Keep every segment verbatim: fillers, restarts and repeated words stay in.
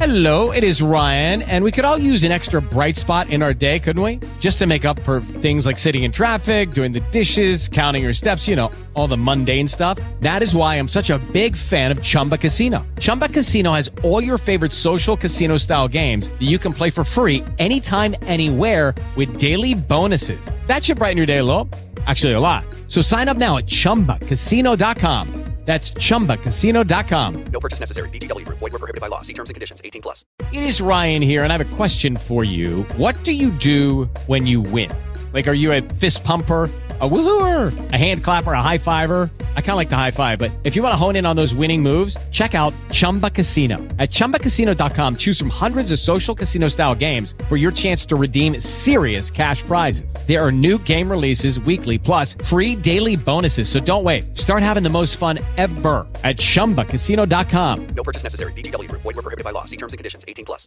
Hello, it is Ryan, and we could all use an extra bright spot in our day, couldn't we? Just to make up for things like sitting in traffic, doing the dishes, counting your steps, you know, all the mundane stuff. That is why I'm such a big fan of Chumba Casino. Chumba Casino has all your favorite social casino-style games that you can play for free anytime, anywhere with daily bonuses. That should brighten your day a little. Actually, a lot. So sign up now at chumba casino dot com. That's chumba casino dot com. No purchase necessary. V G W Group. Void where prohibited by law. See terms and conditions. eighteen plus. It is Ryan here, and I have a question for you. What do you do when you win? Like, are you a fist pumper, a woohooer, a hand clapper, a high fiver? I kind of like the high five, but if you want to hone in on those winning moves, check out Chumba Casino. At chumba casino dot com, choose from hundreds of social casino-style games for your chance to redeem serious cash prizes. There are new game releases weekly, plus free daily bonuses, so don't wait. Start having the most fun ever at chumba casino dot com. No purchase necessary. V G W Group. Void where prohibited by law. See terms and conditions. eighteen plus.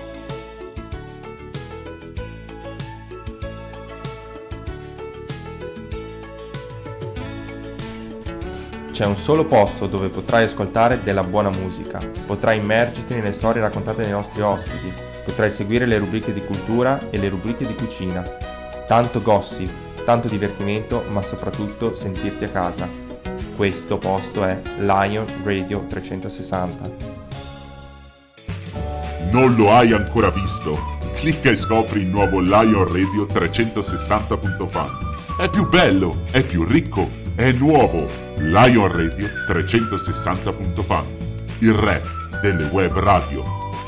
C'è un solo posto dove potrai ascoltare della buona musica, potrai immergerti nelle storie raccontate dai nostri ospiti, potrai seguire le rubriche di cultura e le rubriche di cucina. Tanto gossip, tanto divertimento, ma soprattutto sentirti a casa. Questo posto è Lion Radio trecentosessanta. Non lo hai ancora visto? Clicca e scopri il nuovo Lion Radio trecentosessanta punto fan. È più bello, è più ricco, è nuovo. Lion Radio trecentosessanta punto fan, il re delle web radio.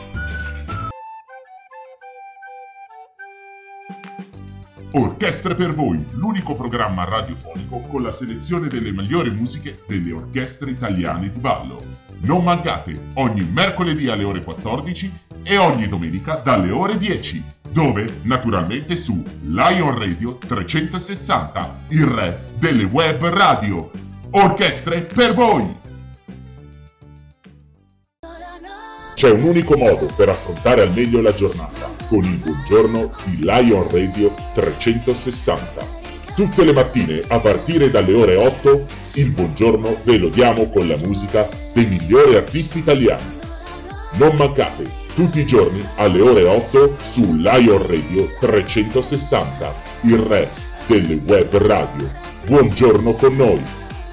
Orchestre per voi, l'unico programma radiofonico con la selezione delle migliori musiche delle orchestre italiane di ballo. Non mancate, ogni mercoledì alle ore quattordici e ogni domenica dalle ore dieci, dove naturalmente su Lion Radio trecentosessanta, il re delle web radio. Orchestre per voi! C'è un unico modo per affrontare al meglio la giornata, con il buongiorno di Lion Radio trecentosessanta. Tutte le mattine, a partire dalle ore otto, il buongiorno ve lo diamo con la musica dei migliori artisti italiani. Non mancate, tutti i giorni alle ore otto su Lion Radio trecentosessanta, il re delle web radio. Buongiorno con noi!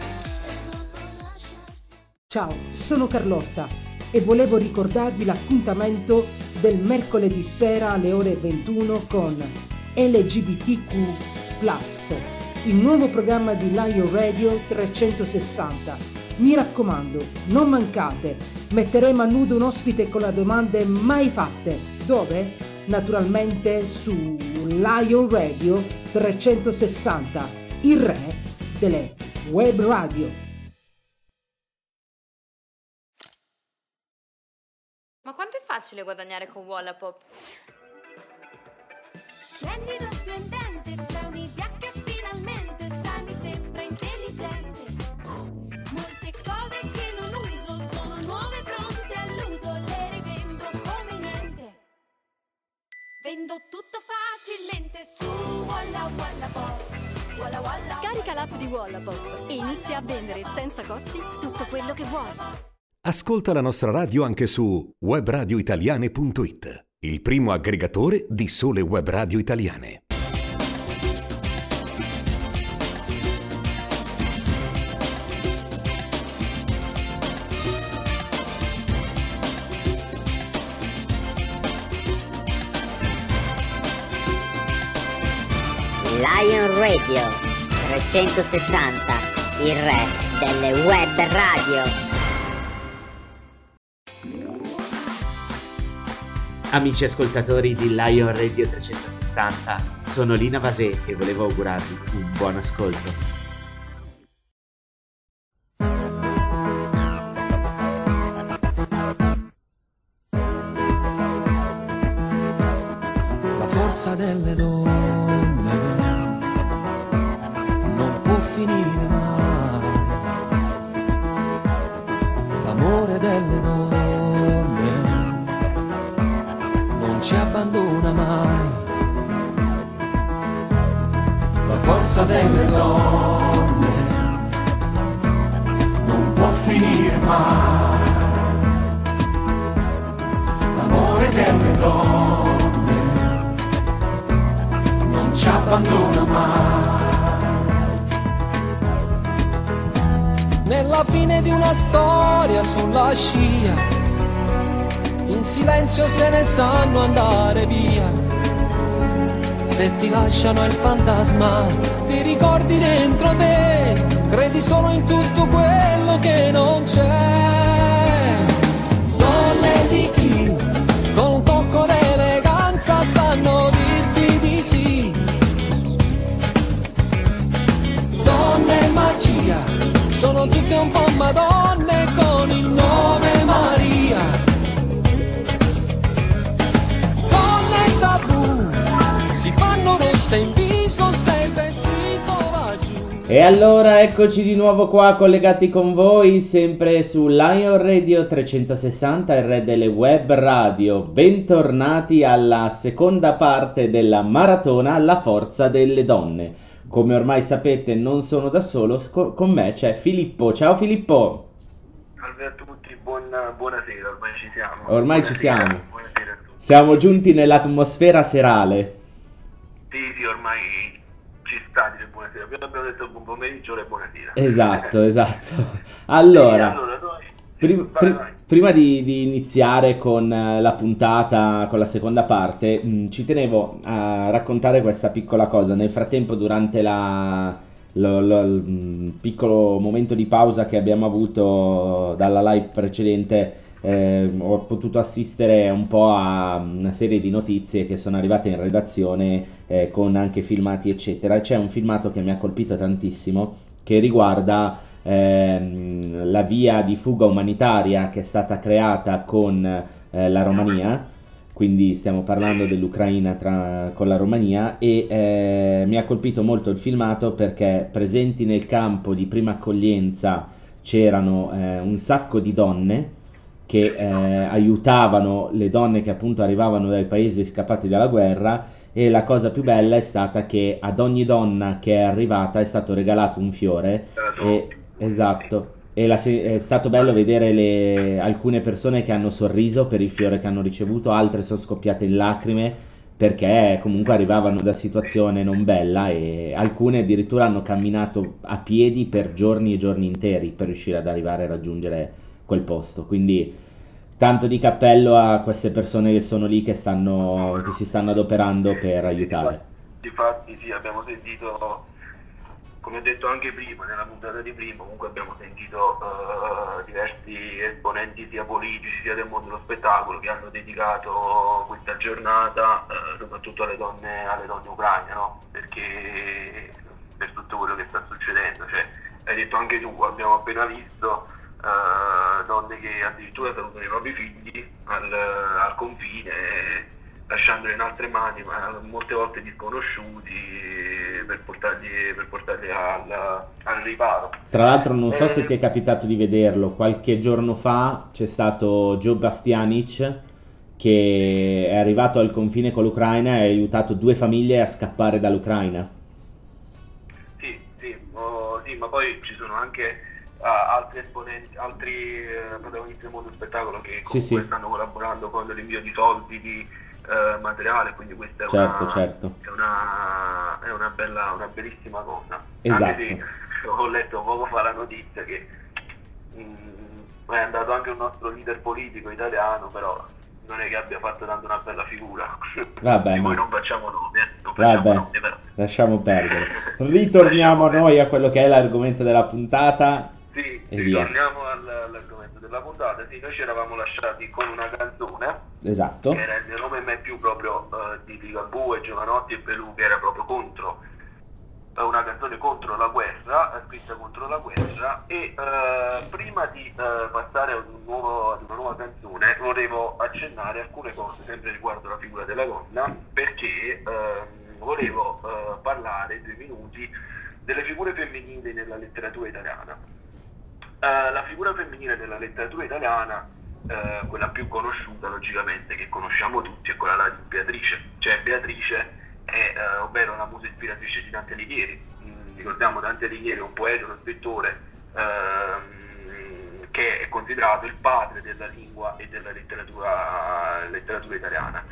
Ciao, sono Carlotta e volevo ricordarvi l'appuntamento del mercoledì sera alle ore ventuno con L G B T Q plus, il nuovo programma di Lion Radio trecentosessanta. Mi raccomando, non mancate, metteremo a nudo un ospite con le domande mai fatte. Dove? Naturalmente su Lion Radio trecentosessanta, il re delle web radio. Ma quanto è facile guadagnare con Wallapop? Splendido, splendente, c'è un'idea che finalmente, sai, mi sembra intelligente. Molte cose che non uso sono nuove, pronte all'uso, le rivendo come niente. Vendo tutto facilmente su Walla Wallapop. Walla Walla. Scarica l'app di Wallapop e inizia a vendere senza costi tutto quello che vuoi. Ascolta la nostra radio anche su web radio italiane punto it, il primo aggregatore di sole web radio italiane. Lion Radio trecentosessanta, il re delle web radio. Amici ascoltatori di Lion Radio trecentosessanta, sono Lina Vasè e volevo augurarvi un buon ascolto. La forza delle donne non può finire mai, l'amore delle donne non ci abbandona mai. La forza delle donne non può finire mai, delle donne non ci abbandona mai. Nella fine di una storia sulla scia, in silenzio se ne sanno andare via. Se ti lasciano il fantasma, ti ricordi dentro te, credi solo in tutto quello che non c'è. Donne di chi, con un tocco d'eleganza, sanno dirti di sì. Donne magia, sono tutte un po' madonne con il nome Maria. Donne tabù, si fanno rosse in viso se il vestito va giù. E allora eccoci di nuovo qua collegati con voi, sempre su Lion Radio trecentosessanta, il re delle web radio. Bentornati alla seconda parte della maratona La forza delle donne. Come ormai sapete non sono da solo, sco- con me c'è Filippo. Ciao Filippo! Salve a tutti, buon, buonasera, ormai ci siamo. Ormai buonasera, ci siamo. Buonasera a tutti. Siamo giunti nell'atmosfera serale. Sì, sì, ormai ci sta dire buonasera. Abbiamo detto buon pomeriggio e buonasera. Esatto, esatto. Allora, Sì, allora noi... prim- vai, prim- vai. prima di, di iniziare con eh, la puntata, con la seconda parte, mh, ci tenevo a raccontare questa piccola cosa. Nel frattempo, durante la, lo- lo- il mh, piccolo momento di pausa che abbiamo avuto dalla live precedente, eh, ho potuto assistere un po' a una serie di notizie che sono arrivate in redazione, eh, con anche filmati eccetera. C'è un filmato che mi ha colpito tantissimo che riguarda ehm, la via di fuga umanitaria che è stata creata con eh, la Romania, quindi stiamo parlando dell'Ucraina tra- con la Romania, e eh, mi ha colpito molto il filmato perché presenti nel campo di prima accoglienza c'erano eh, un sacco di donne che eh, aiutavano le donne che appunto arrivavano dai paesi scappati dalla guerra, e la cosa più bella è stata che ad ogni donna che è arrivata è stato regalato un fiore. E, esatto, e la se- è stato bello vedere le, alcune persone che hanno sorriso per il fiore che hanno ricevuto, altre sono scoppiate in lacrime perché comunque arrivavano da situazione non bella, e alcune addirittura hanno camminato a piedi per giorni e giorni interi per riuscire ad arrivare a raggiungere quel posto. Quindi tanto di cappello a queste persone che sono lì, che stanno che si stanno adoperando per aiutare. Difatti sì, abbiamo sentito, come ho detto anche prima, nella puntata di prima, comunque abbiamo sentito uh, diversi esponenti sia politici sia del mondo dello spettacolo che hanno dedicato questa giornata uh, soprattutto alle donne, alle donne ucraine, no? Perché per tutto quello che sta succedendo, cioè, hai detto anche tu, abbiamo appena visto Uh, donne che addirittura salutano i propri figli al, al confine, lasciandoli in altre mani, ma molte volte disconosciuti, per portarli, per portarli al, al riparo. Tra l'altro non so Eh, se ti è capitato di vederlo, qualche giorno fa c'è stato Joe Bastianic che è arrivato al confine con l'Ucraina e ha aiutato due famiglie a scappare dall'Ucraina. Sì, sì, oh, sì, ma poi ci sono anche uh, altri esponenti, altri uh, protagonisti del mondo dello spettacolo che comunque Sì, sì. stanno collaborando con l'invio di soldi, di uh, materiale, quindi questa è Certo, una, certo. è una, è una bella, una bellissima cosa. Esatto. Anche se ho letto poco fa la notizia che mh, è andato anche un nostro leader politico italiano, però non è che abbia fatto tanto una bella figura. Vabbè, Di cui ma- non facciamo nomi, eh, non facciamo Vabbè, nomi, però. lasciamo perdere. Ritorniamo noi a quello che è l'argomento della puntata. Sì, E via. ritorniamo al- all'argomento della puntata. Sì, noi ci eravamo lasciati con una canzone Esatto. che era il mio nome e mai più, proprio eh, di Ligabue, Giovanotti e Pelù, che era proprio contro, eh, una canzone contro la guerra, eh, scritta contro la guerra. E eh, prima di eh, passare ad, un nuovo, ad una nuova canzone volevo accennare alcune cose sempre riguardo la figura della donna, perché ehm, volevo eh, parlare due minuti delle figure femminili nella letteratura italiana. Uh, la figura femminile della letteratura italiana, uh, quella più conosciuta logicamente, che conosciamo tutti, è quella là di Beatrice. Cioè Beatrice è, uh, ovvero la musa ispiratrice di Dante Alighieri. Mm, ricordiamo Dante Alighieri, un poeta, uno scrittore uh, che è considerato il padre della lingua e della letteratura, letteratura italiana.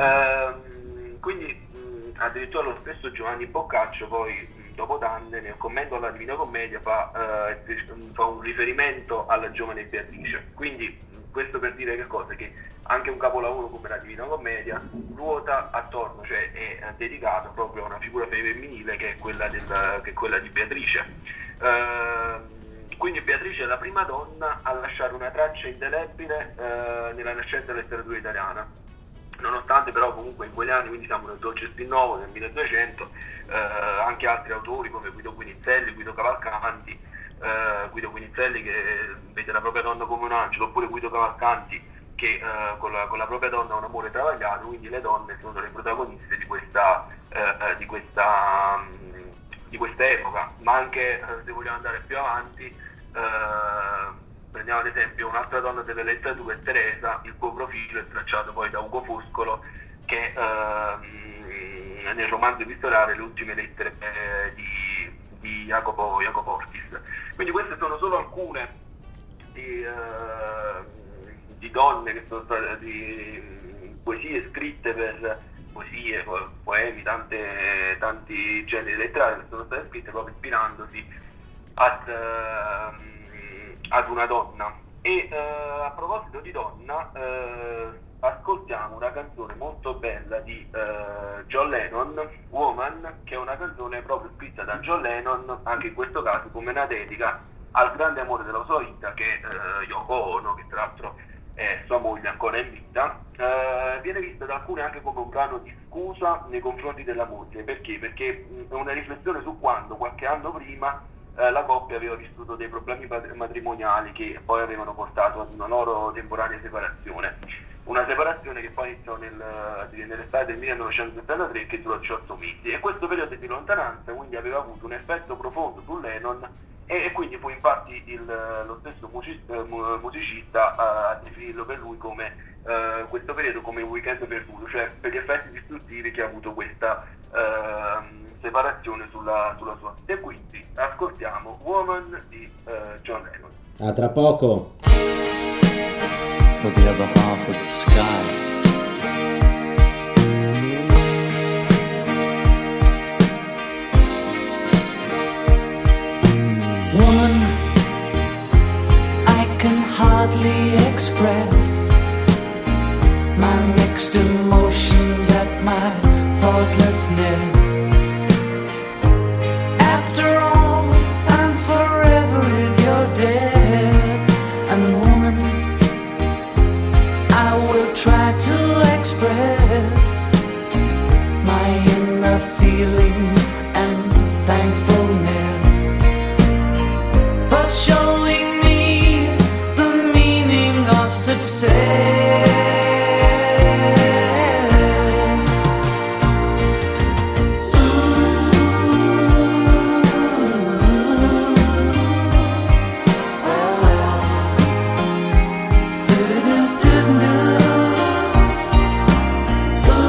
Ehm, quindi mh, addirittura lo stesso Giovanni Boccaccio poi mh, dopo Dante nel commento alla Divina Commedia fa, eh, fa un riferimento alla giovane Beatrice. Quindi mh, questo per dire che cosa? Che anche un capolavoro come la Divina Commedia ruota attorno, cioè è, è dedicato proprio a una figura femminile che è quella, del, che è quella di Beatrice. Ehm, Quindi Beatrice è la prima donna a lasciare una traccia indelebile eh, nella nascente letteratura italiana, nonostante però comunque in quegli anni, quindi siamo nel Dolce Stinnovo, nel milleduecento, eh, anche altri autori come Guido Guinizelli, Guido Cavalcanti, eh, Guido Guinizelli che vede la propria donna come un angelo, oppure Guido Cavalcanti che eh, con, la, con la propria donna ha un amore travagliato, quindi le donne sono le protagoniste di questa, eh, di questa, mh, di questa epoca, ma anche eh, se vogliamo andare più avanti, Uh, prendiamo ad esempio un'altra donna delle letterature, Teresa, il cui profilo è tracciato poi da Ugo Foscolo che uh, nel romanzo epistolare Le ultime lettere eh, di, di Jacopo, Jacopo Ortis. Quindi queste sono solo alcune di, uh, di donne che sono state, di poesie scritte per poesie, poemi, tante, tanti generi letterari che sono state scritte proprio ispirandosi Ad, uh, ad una donna. E uh, a proposito di donna, uh, ascoltiamo una canzone molto bella di uh, John Lennon, Woman, che è una canzone proprio scritta da John Lennon, anche in questo caso come una dedica al grande amore della sua vita, che è uh, Yoko Ono, che tra l'altro è sua moglie ancora in vita. Uh, viene vista da alcuni anche come un brano di scusa nei confronti della moglie. Perché? Perché mh, è una riflessione su quando qualche anno prima Eh, la coppia aveva vissuto dei problemi matrimoniali che poi avevano portato ad una loro temporanea separazione. Una separazione che poi iniziò nel, nell'estate del millenovecentosettantatré, che durò diciotto mesi. E questo periodo di lontananza quindi aveva avuto un effetto profondo su Lennon e, e quindi fu infatti il, lo stesso musicista, musicista a, a definirlo per lui come uh, questo periodo come un weekend perduto, cioè per gli effetti distruttivi che ha avuto questa uh, separazione sulla, sulla sua vita. E quindi ascoltiamo Woman di uh, John Lennon. A tra poco. For the other half of the sky. Woman, I can hardly express my mixed emotions at my thoughtlessness. After all, I'm forever in your debt. And woman, I will try to express my inner feelings and thankfulness for showing me the meaning of success. Ooh.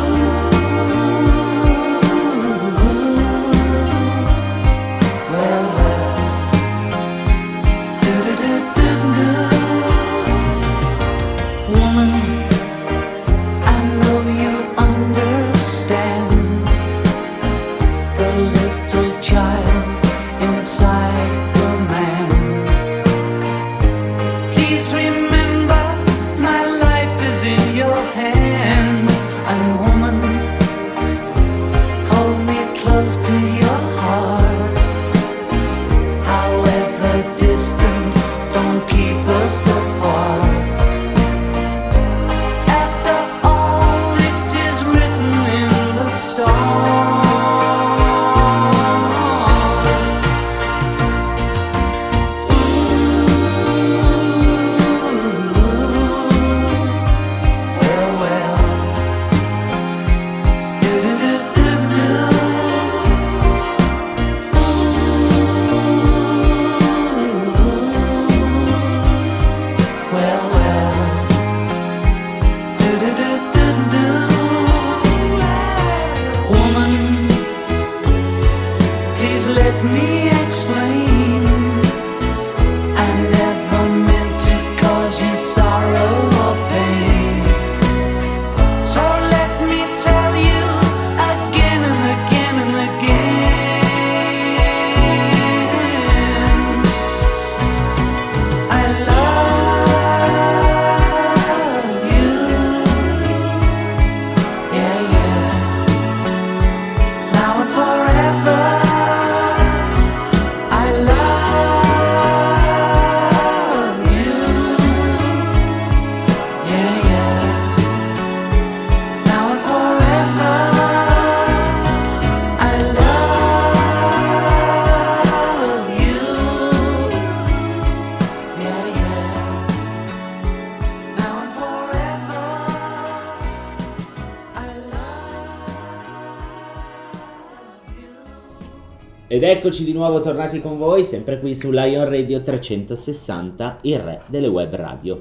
Ed eccoci di nuovo tornati con voi, sempre qui su Lion Radio trecentosessanta, il re delle web radio.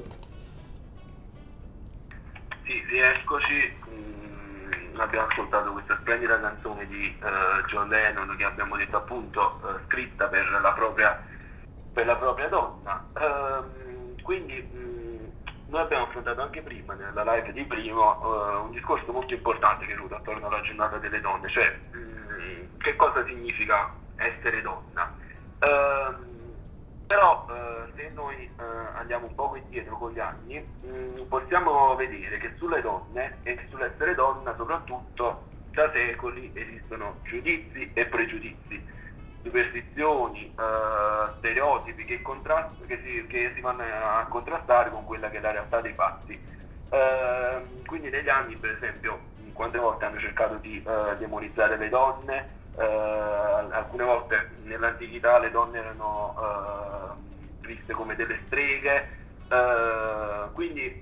Sì, rieccoci. Mm, abbiamo ascoltato questa splendida canzone di uh, John Lennon, che abbiamo detto appunto uh, scritta per la propria, per la propria donna. Uh, quindi mm, noi abbiamo affrontato anche prima, nella live di prima, uh, un discorso molto importante che ruota attorno alla giornata delle donne, cioè mm, che cosa significa essere donna. Uh, però uh, se noi uh, andiamo un po' indietro con gli anni, mh, possiamo vedere che sulle donne e sull'essere donna soprattutto da secoli esistono giudizi e pregiudizi, superstizioni, uh, stereotipi che, contrast- che, si, che si vanno a contrastare con quella che è la realtà dei fatti. Uh, quindi negli anni, per esempio, quante volte hanno cercato di uh, demonizzare le donne. Uh, alcune volte nell'antichità le donne erano uh, viste come delle streghe, uh, quindi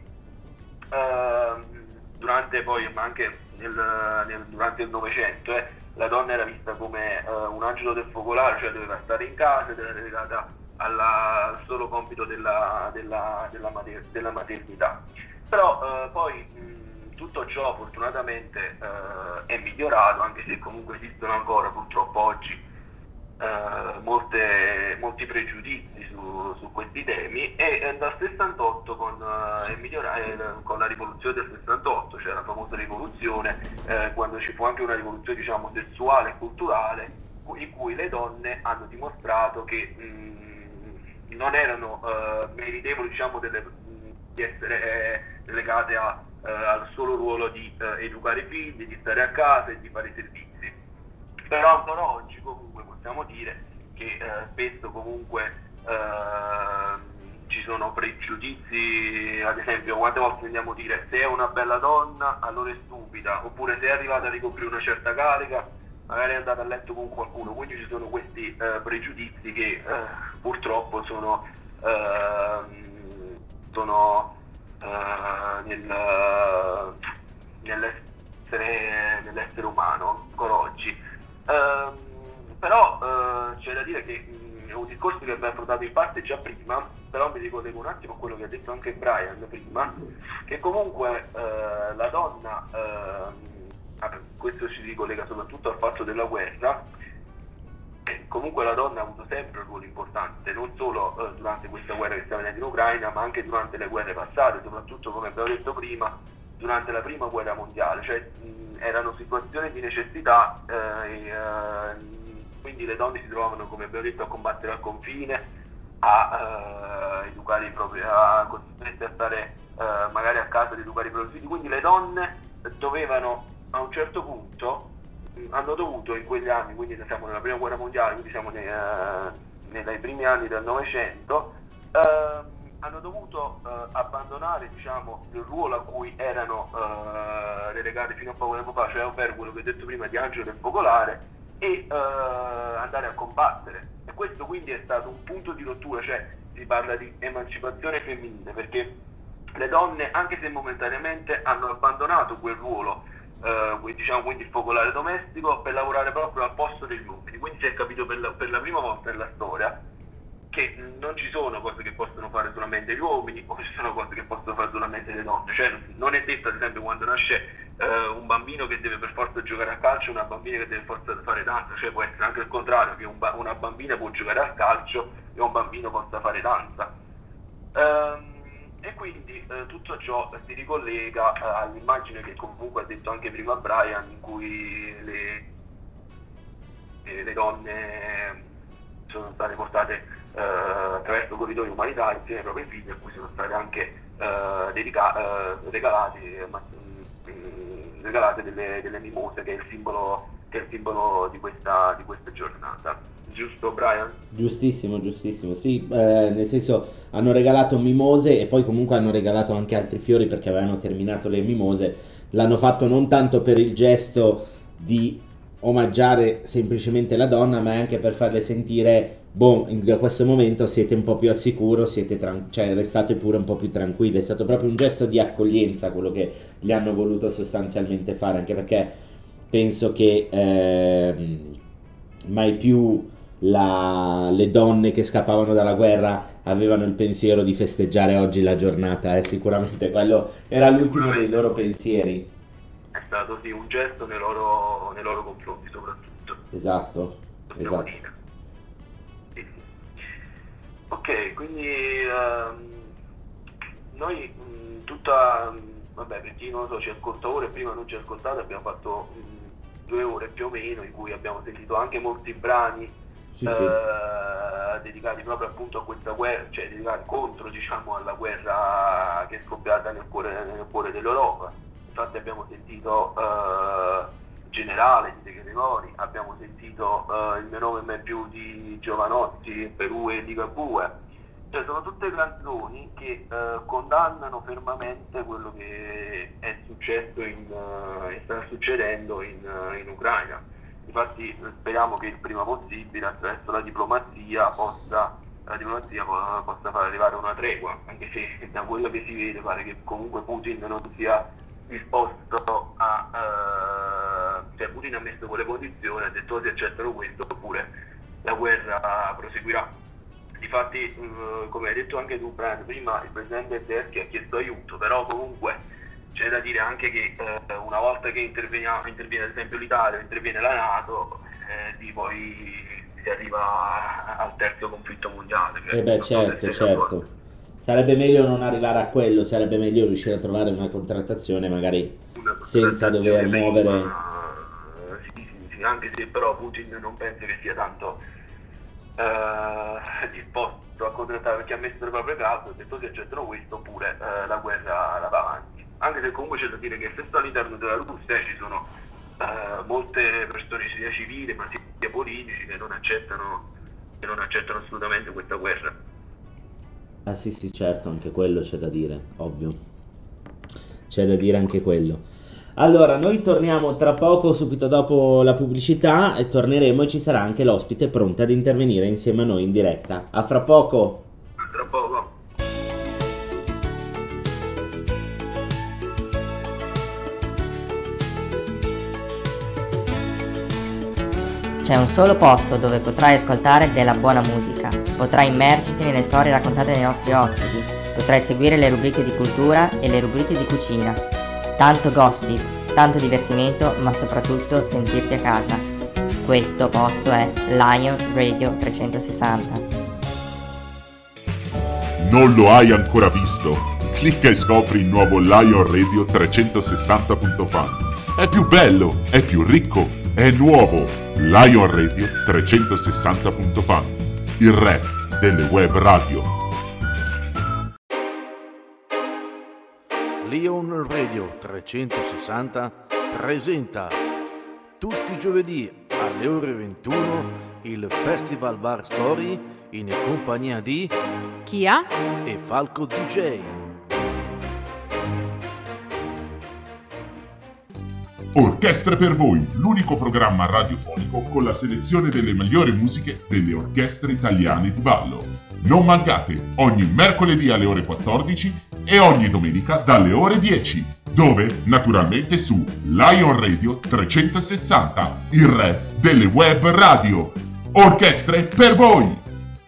uh, durante poi ma anche nel, nel, durante il Novecento eh, la donna era vista come uh, un angelo del focolare, cioè doveva stare in casa ed era legata alla, al solo compito della, della, della, mater, della maternità. Però uh, poi mh, tutto ciò fortunatamente uh, è migliorato, anche se comunque esistono ancora purtroppo oggi uh, molte, molti pregiudizi su, su questi temi, e eh, dal sessantotto con, uh, è migliora- eh, con la rivoluzione del sessantotto, cioè la famosa rivoluzione, eh, quando ci fu anche una rivoluzione diciamo sessuale e culturale, in cui le donne hanno dimostrato che mh, non erano uh, meritevoli diciamo delle, di essere eh, legate a Uh, al solo ruolo di uh, educare i figli, di stare a casa e di fare i servizi. Però ancora oggi comunque possiamo dire che uh, spesso comunque uh, ci sono pregiudizi, ad esempio quante volte andiamo a dire se è una bella donna allora è stupida, oppure se è arrivata a ricoprire una certa carica magari è andata a letto con qualcuno, quindi ci sono questi uh, pregiudizi che uh, purtroppo sono uh, sono Uh, nel, uh, nell'essere, nell'essere umano ancora oggi. Uh, però uh, c'è da dire che mh, è un discorso che abbiamo affrontato in parte già prima, però mi ricollego un attimo a quello che ha detto anche Brian prima, che comunque uh, la donna, uh, questo ci ricollega soprattutto al fatto della guerra. Comunque la donna ha avuto sempre un ruolo importante, non solo eh, durante questa guerra che stiamo vedendo in Ucraina, ma anche durante le guerre passate, soprattutto come abbiamo detto prima, durante la prima guerra mondiale, cioè mh, erano situazioni di necessità, eh, e, eh, quindi le donne si trovavano, come abbiamo detto, a combattere al confine, a eh, educare i propri, a costrette a stare eh, magari a casa ad educare i propri figli, quindi le donne dovevano a un certo punto hanno dovuto in quegli anni, quindi siamo nella prima guerra mondiale, quindi siamo nei, uh, nei primi anni del Novecento, uh, hanno dovuto uh, abbandonare diciamo il ruolo a cui erano uh, relegati fino a poco tempo fa, cioè ovvero quello che ho detto prima di angelo del focolare, e uh, andare a combattere. E questo quindi è stato un punto di rottura, cioè si parla di emancipazione femminile, perché le donne, anche se momentaneamente, hanno abbandonato quel ruolo, Uh, diciamo quindi il focolare domestico, per lavorare proprio al posto degli uomini. Quindi si è capito per la, per la prima volta nella storia che non ci sono cose che possono fare solamente gli uomini o ci sono cose che possono fare solamente le donne, cioè non è detto ad esempio quando nasce uh, un bambino che deve per forza giocare a calcio, una bambina che deve per forza fare danza, cioè può essere anche il contrario, che un ba- una bambina può giocare a calcio e un bambino possa fare danza. Um, E quindi eh, tutto ciò si ricollega eh, all'immagine che comunque ha detto anche prima Brian, in cui le, eh, le donne sono state portate eh, attraverso corridoi umanitari insieme ai propri figli, a cui sono state anche eh, dedica- eh, regalate, ma, mh, regalate delle, delle mimose, che è il simbolo, che è il simbolo di questa, di questa giornata. Giusto Brian? Giustissimo, giustissimo, sì, eh, nel senso hanno regalato mimose e poi comunque hanno regalato anche altri fiori perché avevano terminato le mimose, l'hanno fatto non tanto per il gesto di omaggiare semplicemente la donna, ma anche per farle sentire, boh, in questo momento siete un po' più al sicuro, siete tran- cioè restate pure un po' più tranquilli, è stato proprio un gesto di accoglienza quello che gli hanno voluto sostanzialmente fare, anche perché penso che... Ehm, mai più la, le donne che scappavano dalla guerra avevano il pensiero di festeggiare oggi la giornata, eh, sicuramente quello era l'ultimo dei loro pensieri. È stato sì un gesto nei loro, nei loro confronti soprattutto. Esatto, esatto. Sì, sì. Ok, quindi ehm, noi mh, tutta, mh, vabbè, per chi non lo so ci ascolta ora e prima non ci ha ascoltato, abbiamo fatto mh, due ore più o meno in cui abbiamo sentito anche molti brani Sì, eh, sì. dedicati proprio appunto a questa guerra, cioè dedicati contro, diciamo, alla guerra che è scoppiata nel cuore, nel cuore dell'Europa. Infatti abbiamo sentito eh, Generale di De Gregori, abbiamo sentito eh, Il mio nome mai più di Giovanotti, Perù e Ligabue. Cioè sono tutte canzoni che eh, condannano fermamente quello che è successo in, uh, e sta succedendo in, uh, in Ucraina. Infatti speriamo che il prima possibile attraverso la diplomazia possa, la diplomazia possa far arrivare una tregua, anche se da quello che si vede pare che comunque Putin non sia disposto a uh, cioè Putin ha messo quelle condizioni, ha detto se accettano questo oppure la guerra proseguirà. Difatti uh, come hai detto anche tu Brian prima, il presidente Zelensky ha chiesto aiuto, però comunque c'è da dire anche che eh, una volta che interviene, interviene ad esempio l'Italia o interviene la NATO, eh, lì poi si arriva al terzo conflitto mondiale. Eh beh, certo, certo. Sarebbe meglio non arrivare a quello, sarebbe meglio riuscire a trovare una contrattazione magari una senza dover muovere... Uh, sì, sì, sì, anche se però Putin non penso che sia tanto uh, disposto a contrattare, perché ha messo le proprie cause, ha detto che accettano questo oppure uh, la guerra la va avanti. Anche se comunque c'è da dire che stesso all'interno della Russia ci sono uh, molte persone sia civili ma sia politici che non accettano che non accettano assolutamente questa guerra. Ah sì sì certo, anche quello c'è da dire, ovvio. C'è da dire anche quello. Allora, noi torniamo tra poco, subito dopo la pubblicità, e torneremo e ci sarà anche l'ospite pronta ad intervenire insieme a noi in diretta. A fra poco! A tra poco! C'è un solo posto dove potrai ascoltare della buona musica, potrai immergerti nelle storie raccontate dai nostri ospiti, potrai seguire le rubriche di cultura e le rubriche di cucina. Tanto gossip, tanto divertimento, ma soprattutto sentirti a casa. Questo posto è Lion Radio trecentosessanta. Non lo hai ancora visto? Clicca e scopri il nuovo Lion Radio trecentosessanta punto fan. È più bello, è più ricco, è nuovo. Lion Radio trecentosessanta punto fan, il re delle web radio. Lion Radio trecentosessanta presenta tutti i giovedì alle ore ventuno il Festival Bar Story in compagnia di Chia e Falco D J. Orchestre per voi, l'unico programma radiofonico con la selezione delle migliori musiche delle orchestre italiane di ballo. Non mancate, ogni mercoledì alle ore quattordici e ogni domenica dalle ore dieci, dove? Naturalmente su Lion Radio trecentosessanta, il re delle web radio. Orchestre per voi!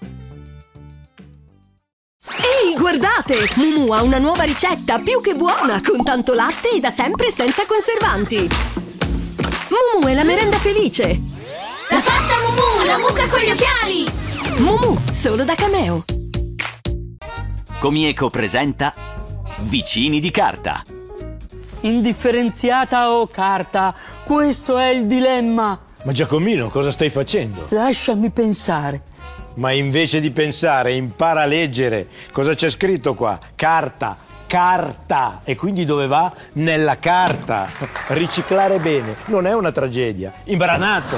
Guardate, Mumu ha una nuova ricetta più che buona, con tanto latte e da sempre senza conservanti. Mumu è la merenda felice. L'ha fatta Mumu, la mucca con gli occhiali. Mumu, solo da Cameo. Comieco presenta Vicini di carta. Indifferenziata o carta? Questo è il dilemma. Ma Giacomino, cosa stai facendo? Lasciami pensare. Ma invece di pensare, impara a leggere. Cosa c'è scritto qua? Carta, carta. E quindi dove va? Nella carta. Riciclare bene, non è una tragedia. Imbranato.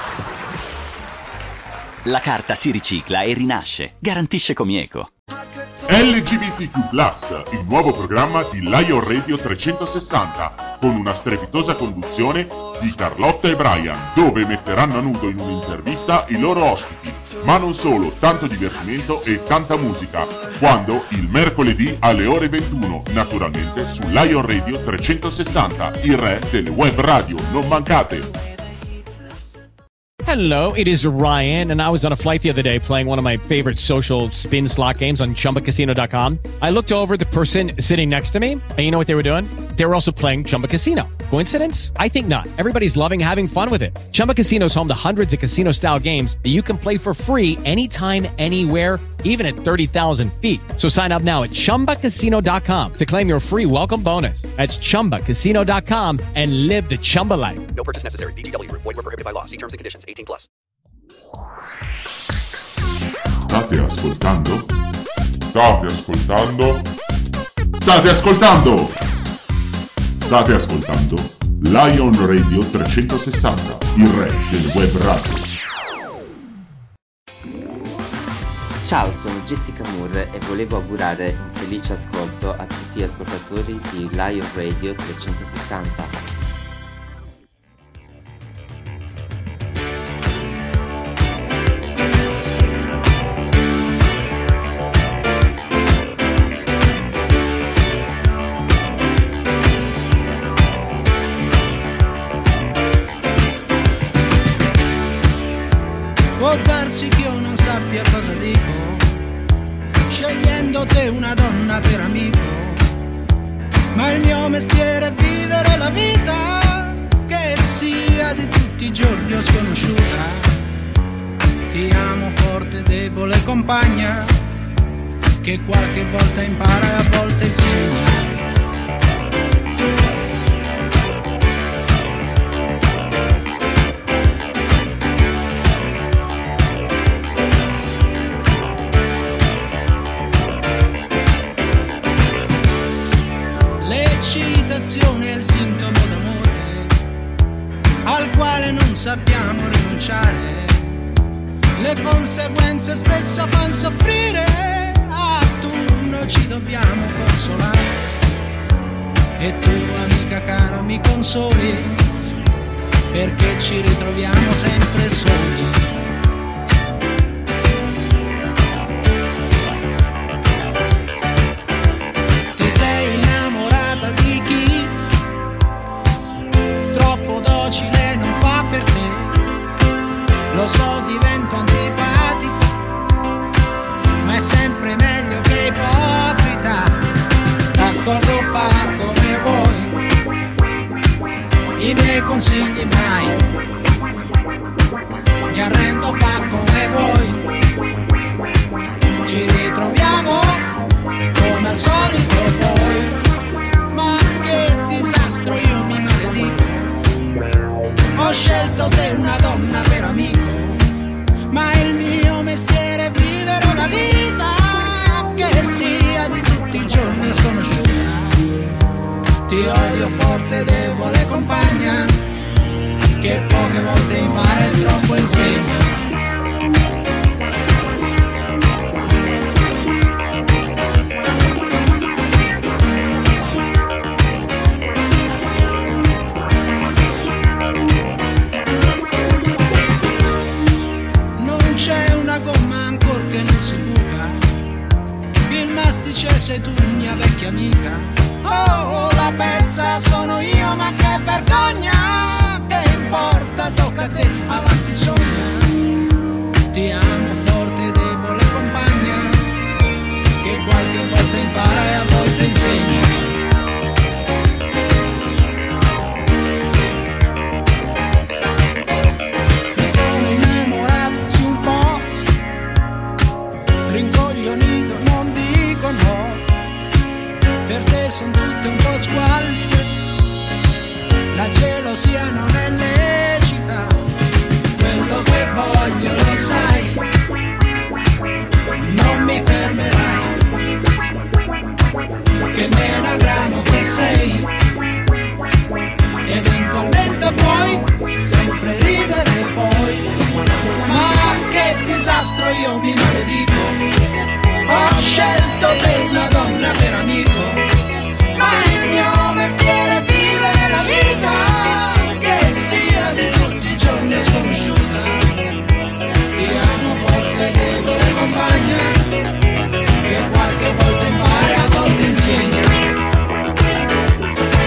La carta si ricicla e rinasce. Garantisce Comieco. L G B T Q plus, il nuovo programma di Lion Radio trecentosessanta, con una strepitosa conduzione di Carlotta e Brian, dove metteranno a nudo in un'intervista i loro ospiti. Ma non solo, tanto divertimento e tanta musica, quando il mercoledì alle ore ventuno, naturalmente su Lion Radio trecentosessanta, il re delle web radio. Non mancate! Hello, it is Ryan, and I was on a flight the other day playing one of my favorite social spin slot games on Chumba Casino dot com. I looked over at the person sitting next to me, and you know what they were doing? They were also playing Chumba Casino. Coincidence? I think not. Everybody's loving having fun with it. Chumba Casino is home to hundreds of casino-style games that you can play for free anytime, anywhere, even at thirty thousand feet. So sign up now at Chumba Casino dot com to claim your free welcome bonus. That's Chumba Casino dot com and live the Chumba life. No purchase necessary. V G W. Void where prohibited by law. See terms and conditions. eighteen plus. State ascoltando? State ascoltando? State ascoltando? State ascoltando Lion Radio trecentosessanta, il re del web radio. Ciao, sono Jessica Moore e volevo augurare un felice ascolto a tutti gli ascoltatori di Lion Radio trecentosessanta. Può darsi che io non sappia cosa dico, scegliendo te una donna per amico, ma il mio mestiere è vivere la vita, che sia di tutti i giorni o sconosciuta. Ti amo forte, debole compagna, che qualche volta impara e a volte insegna. L'eccitazione è il sintomo d'amore al quale non sappiamo rinunciare. Le conseguenze spesso fanno soffrire, a turno ci dobbiamo consolare. E tu, amica cara, mi consoli, perché ci ritroviamo sempre soli. Non fa per te, lo so, divento antipatico, ma è sempre meglio che ipocrita. D'accordo, fa come vuoi, i miei consigli mai, mi arrendo, fa come vuoi, ci ritroviamo come al solito poi. Ma che disastro, io mi maledico, ho scelto te una donna per amico, ma il mio mestiere è vivere una vita, che sia di tutti i giorni o sconosciuta. Ti odio forte, debole compagna, che poche volte impara e troppo insegna. Sei tu mia vecchia amica, oh, la pezza sono io, ma che vergogna, che importa, tocca a te, avanti sogna. Ti amo forte, debole compagna, che qualche volta impara e a volte insegna. Mi sono innamorato su un po', rincoglionito, non dico no. Per te son tutte un po' squallide, la gelosia non è lecita, quello che voglio lo sai, non mi fermerai, che menagramo che sei, eventualmente puoi sempre ridere poi, ma che disastro, io mi maledico, ho scelto te una donna per amico, ma il mio mestiere è vivere la vita, che sia di tutti i giorni o sconosciuta. Ti amo forte, debole compagna, che qualche volta impara e a volte insegna.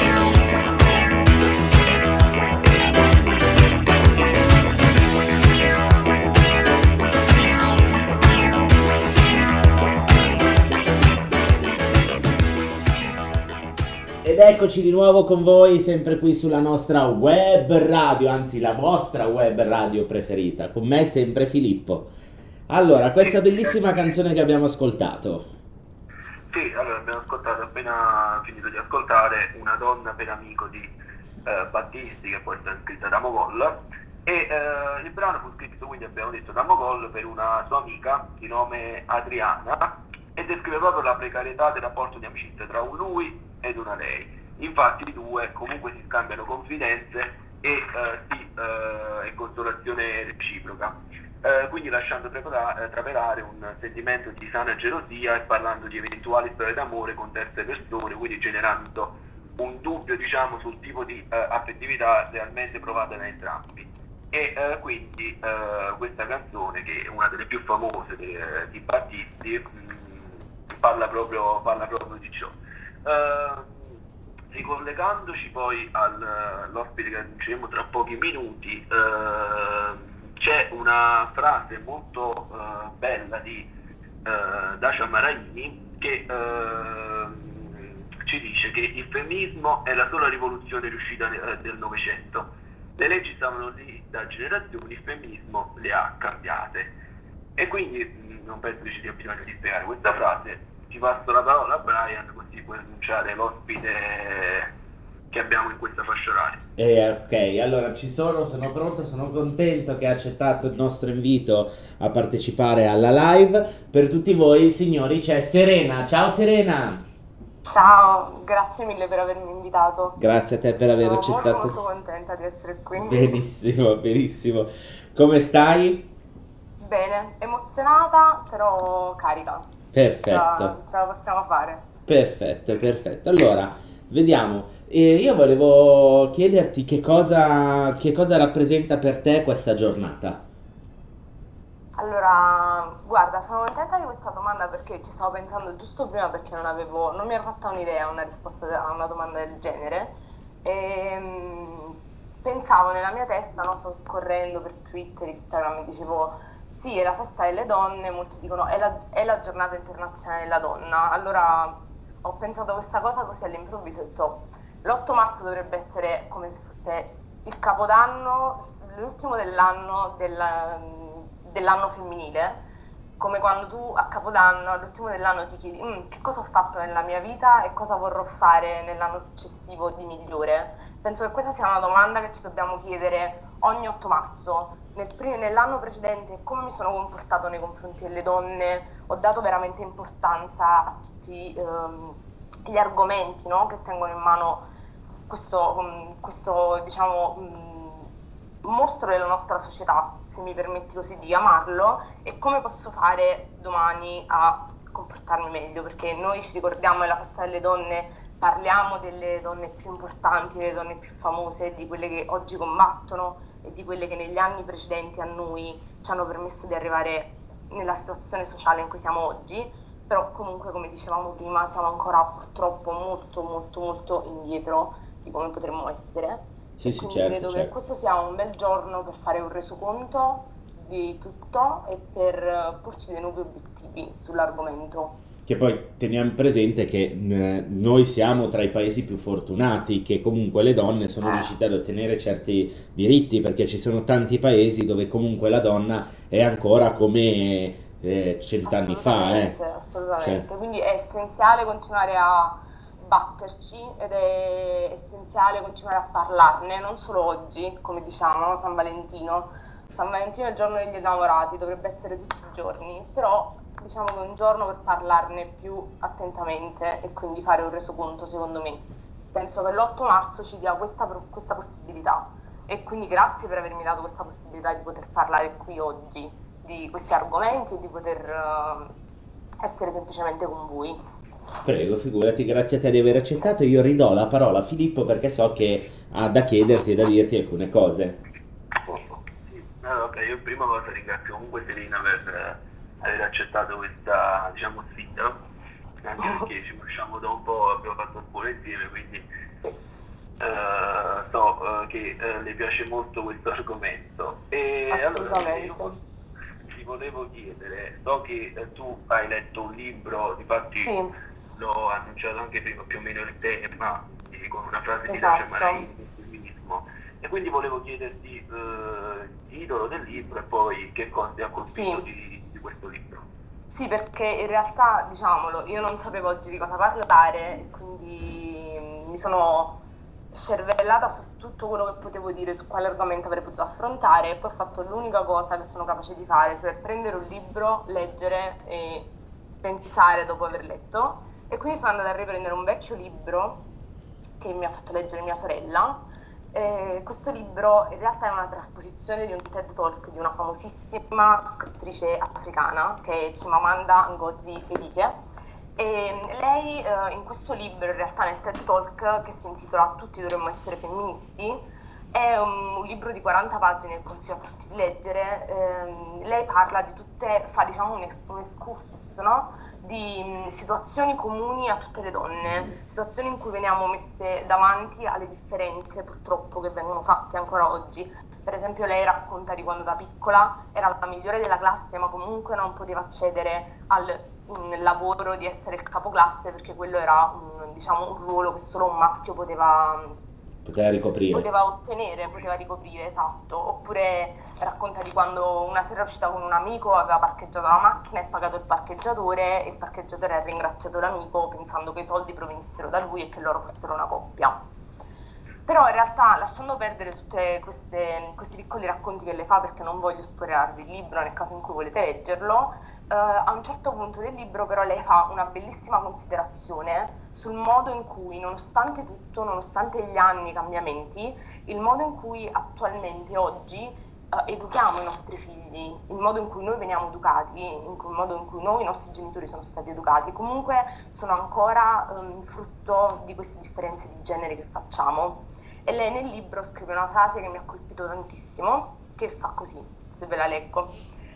eccoci di nuovo con voi, sempre qui sulla nostra web radio, anzi la vostra web radio preferita. Con me sempre Filippo. Allora, questa bellissima canzone che abbiamo ascoltato. Sì, allora abbiamo ascoltato, appena finito di ascoltare, Una donna per amico di eh, Battisti, che poi è stata scritta da Mogol, e eh, il brano fu scritto, quindi abbiamo detto, da Mogol per una sua amica di nome Adriana, e descrive proprio la precarietà del rapporto di amicizia tra un lui ed una lei. Infatti i due comunque si scambiano confidenze e eh, si eh, è consolazione reciproca, eh, quindi lasciando trapela- trapelare un sentimento di sana gelosia e parlando di eventuali storie d'amore con terze persone, quindi generando un dubbio, diciamo, sul tipo di eh, affettività realmente provata da entrambi. E eh, quindi eh, questa canzone, che è una delle più famose di, eh, di Battisti, mh, parla proprio, parla proprio di ciò. Uh, ricollegandoci poi all'ospite che aggiungeremo tra pochi minuti, uh, c'è una frase molto uh, bella di uh, Dacia Maraini che uh, ci dice che il femminismo è la sola rivoluzione riuscita uh, del Novecento. Le leggi stavano lì da generazioni, il femminismo le ha cambiate. E quindi mh, non penso che ci sia bisogno di spiegare questa frase. Ti passo la parola a Brian, così puoi annunciare l'ospite che abbiamo in questa fascia oraria. Eh, ok, allora ci sono, sono pronto, sono contento che ha accettato il nostro invito a partecipare alla live. Per tutti voi, signori, c'è Serena. Ciao Serena! Ciao, grazie mille per avermi invitato. Grazie a te per aver Sono accettato. molto, molto contenta di essere qui. Benissimo, benissimo. Come stai? Bene, emozionata, però carica. Perfetto. Ce la, ce la possiamo fare. Perfetto, perfetto. Allora, vediamo. Eh, io volevo chiederti che cosa, che cosa rappresenta per te questa giornata. Allora, guarda, sono contenta di questa domanda perché ci stavo pensando giusto prima, perché non avevo, non mi ero fatta un'idea, una risposta a una domanda del genere. E, mh, pensavo nella mia testa, no, stavo scorrendo per Twitter, Instagram e dicevo sì, è la festa delle donne, molti dicono è la, è la giornata internazionale della donna. Allora ho pensato a questa cosa così all'improvviso e ho detto l'otto marzo dovrebbe essere come se fosse il capodanno, l'ultimo dell'anno della, dell'anno femminile, come quando tu a Capodanno, all'ultimo dell'anno ti chiedi mm, che cosa ho fatto nella mia vita e cosa vorrò fare nell'anno successivo di migliore. Penso che questa sia una domanda che ci dobbiamo chiedere ogni otto marzo. Nel pre- nell'anno precedente come mi sono comportato nei confronti delle donne, ho dato veramente importanza a tutti ehm, gli argomenti, no, che tengono in mano questo, um, questo diciamo, um, mostro della nostra società, se mi permetti così di chiamarlo, e come posso fare domani a comportarmi meglio, perché noi ci ricordiamo della festa delle donne, parliamo delle donne più importanti, delle donne più famose, di quelle che oggi combattono e di quelle che negli anni precedenti a noi ci hanno permesso di arrivare nella situazione sociale in cui siamo oggi, però comunque, come dicevamo prima, siamo ancora purtroppo molto molto molto indietro di come potremmo essere. Sì, e sì, quindi certo, credo certo. che questo sia un bel giorno per fare un resoconto di tutto e per porci dei nuovi obiettivi sull'argomento. Che poi teniamo presente che eh, noi siamo tra i paesi più fortunati, che comunque le donne sono riuscite ad ottenere certi diritti, perché ci sono tanti paesi dove comunque la donna è ancora come eh, cent'anni fa. Eh. Assolutamente, Cioè, quindi è essenziale continuare a batterci ed è essenziale continuare a parlarne, non solo oggi, come diciamo, no? San Valentino. San Valentino è il giorno degli innamorati, dovrebbe essere tutti i giorni, però diciamo che è un giorno per parlarne più attentamente e quindi fare un resoconto, secondo me. Penso che l'otto marzo ci dia questa, questa possibilità e quindi grazie per avermi dato questa possibilità di poter parlare qui oggi di questi argomenti e di poter uh, essere semplicemente con voi. prego, figurati, grazie a te di aver accettato. Io ridò la parola a Filippo perché so che ha da chiederti e da dirti alcune cose. Allora, ok, io prima cosa ringrazio comunque Serena per eh, aver accettato questa, diciamo, sfida, anche perché ci conosciamo da un po', abbiamo fatto un po' insieme, quindi eh, so eh, che eh, le piace molto questo argomento. E allora io ti volevo chiedere, so che eh, tu hai letto un libro, difatti sì. L'ho annunciato anche prima più o meno il tema di con una frase di Esatto. Dacia Marai, il femminismo. E quindi volevo chiederti eh, il titolo del libro e poi che cosa ti ha colpito Sì. di, di questo libro. Sì, perché in realtà, diciamolo, io non sapevo oggi di cosa parlare, e quindi mi sono scervellata su tutto quello che potevo dire, su quale argomento avrei potuto affrontare, e poi ho fatto l'unica cosa che sono capace di fare, cioè prendere un libro, leggere e pensare dopo aver letto. E quindi sono andata a riprendere un vecchio libro che mi ha fatto leggere mia sorella. Eh, questo libro in realtà è una trasposizione di un TED Talk di una famosissima scrittrice africana che è Chimamanda Ngozi Adichie, e lei eh, in questo libro, in realtà nel TED Talk che si intitola Tutti dovremmo essere femministi, è un, un libro di quaranta pagine che consiglio a tutti di leggere. ehm, lei parla di tutte, fa diciamo un, ex, un excursus, no? di mh, situazioni comuni a tutte le donne, situazioni in cui veniamo messe davanti alle differenze purtroppo che vengono fatte ancora oggi. Per esempio lei racconta di quando da piccola era la migliore della classe, ma comunque non poteva accedere al mh, lavoro di essere il capoclasse, perché quello era un, diciamo, un ruolo che solo un maschio poteva Poteva ricoprire. poteva ottenere, poteva ricoprire, esatto. Oppure racconta di quando una sera è uscita con un amico, aveva parcheggiato la macchina e pagato il parcheggiatore, e il parcheggiatore ha ringraziato l'amico pensando che i soldi provenissero da lui e che loro fossero una coppia. Però in realtà, lasciando perdere tutti questi piccoli racconti che le fa, perché non voglio spoilerarvi il libro nel caso in cui volete leggerlo, eh, a un certo punto del libro però lei fa una bellissima considerazione sul modo in cui, nonostante tutto, nonostante gli anni, i cambiamenti, il modo in cui attualmente oggi eh, educhiamo i nostri figli, il modo in cui noi veniamo educati, in cui- il modo in cui noi, i nostri genitori sono stati educati, comunque sono ancora ehm, frutto di queste differenze di genere che facciamo. E lei nel libro scrive una frase che mi ha colpito tantissimo, che fa così, se ve la leggo.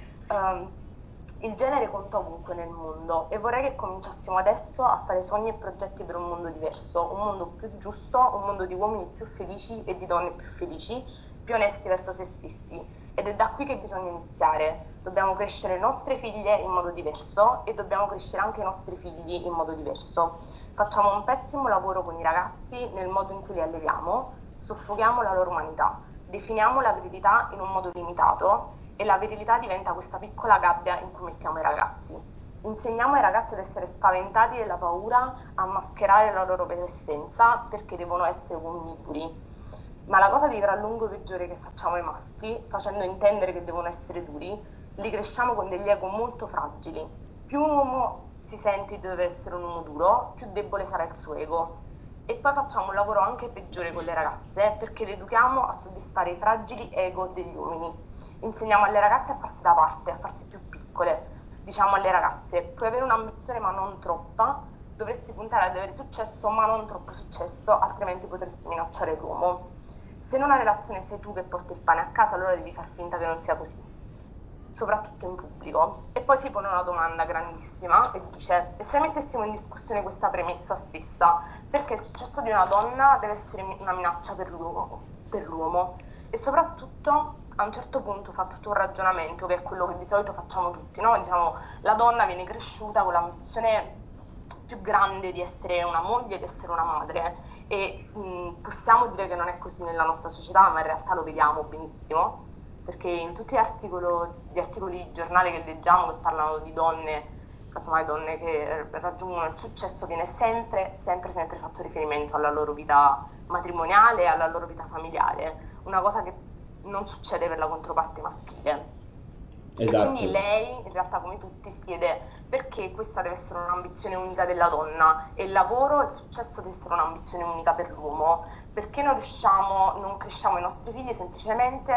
Ehm, Il genere conta ovunque nel mondo e vorrei che cominciassimo adesso a fare sogni e progetti per un mondo diverso, un mondo più giusto, un mondo di uomini più felici e di donne più felici, più onesti verso se stessi. Ed è da qui che bisogna iniziare. Dobbiamo crescere le nostre figlie in modo diverso e dobbiamo crescere anche i nostri figli in modo diverso. Facciamo un pessimo lavoro con i ragazzi nel modo in cui li alleviamo, soffochiamo la loro umanità, definiamo la verità in un modo limitato, e la verità diventa questa piccola gabbia in cui mettiamo i ragazzi. Insegniamo ai ragazzi ad essere spaventati della paura, a mascherare la loro vera essenza perché devono essere uomini duri. Ma la cosa di gran lungo peggiore che facciamo ai maschi, facendo intendere che devono essere duri, li cresciamo con degli ego molto fragili. Più un uomo si sente di dover essere un uomo duro, più debole sarà il suo ego. E poi facciamo un lavoro anche peggiore con le ragazze, perché le educhiamo a soddisfare i fragili ego degli uomini. Insegniamo alle ragazze a farsi da parte, a farsi più piccole. Diciamo alle ragazze: puoi avere un'ambizione ma non troppa, dovresti puntare ad avere successo ma non troppo successo, altrimenti potresti minacciare l'uomo. Se in una relazione sei tu che porti il pane a casa, allora devi far finta che non sia così, soprattutto in pubblico. E poi si pone una domanda grandissima e dice: e se mettessimo in discussione questa premessa stessa, perché il successo di una donna deve essere una minaccia per l'uomo? Per l'uomo? E soprattutto a un certo punto fa tutto un ragionamento che è quello che di solito facciamo tutti, no? Diciamo, la donna viene cresciuta con l'ambizione più grande di essere una moglie, di essere una madre, e mh, possiamo dire che non è così nella nostra società, ma in realtà lo vediamo benissimo, perché in tutti gli articoli, gli articoli di giornale che leggiamo che parlano di donne, casomai donne che raggiungono il successo, viene sempre, sempre, sempre fatto riferimento alla loro vita matrimoniale e alla loro vita familiare, una cosa che non succede per la controparte maschile. Esatto. E quindi lei, in realtà come tutti, si chiede perché questa deve essere un'ambizione unica della donna e il lavoro e il successo deve essere un'ambizione unica per l'uomo. Perché non riusciamo, non cresciamo i nostri figli semplicemente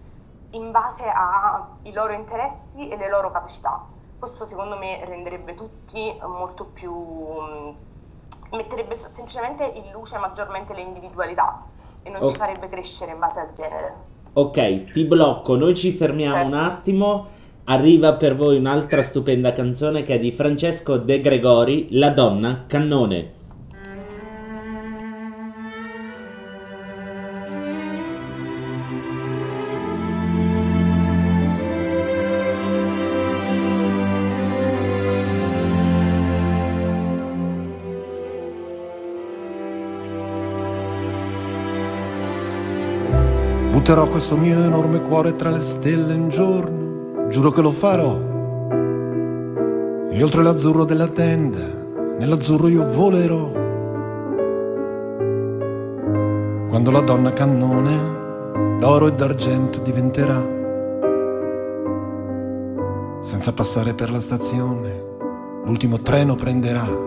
in base ai loro interessi e le loro capacità. Questo secondo me renderebbe tutti molto più, metterebbe semplicemente in luce maggiormente le individualità e non Ok. ci farebbe crescere in base al genere. Ok, ti blocco, noi ci fermiamo Certo. un attimo. Arriva per voi un'altra stupenda canzone che è di Francesco De Gregori, La donna cannone. Butterò questo mio enorme cuore tra le stelle un giorno, giuro che lo farò. E oltre l'azzurro della tenda, nell'azzurro io volerò. Quando la donna cannone d'oro e d'argento diventerà, senza passare per la stazione, l'ultimo treno prenderà.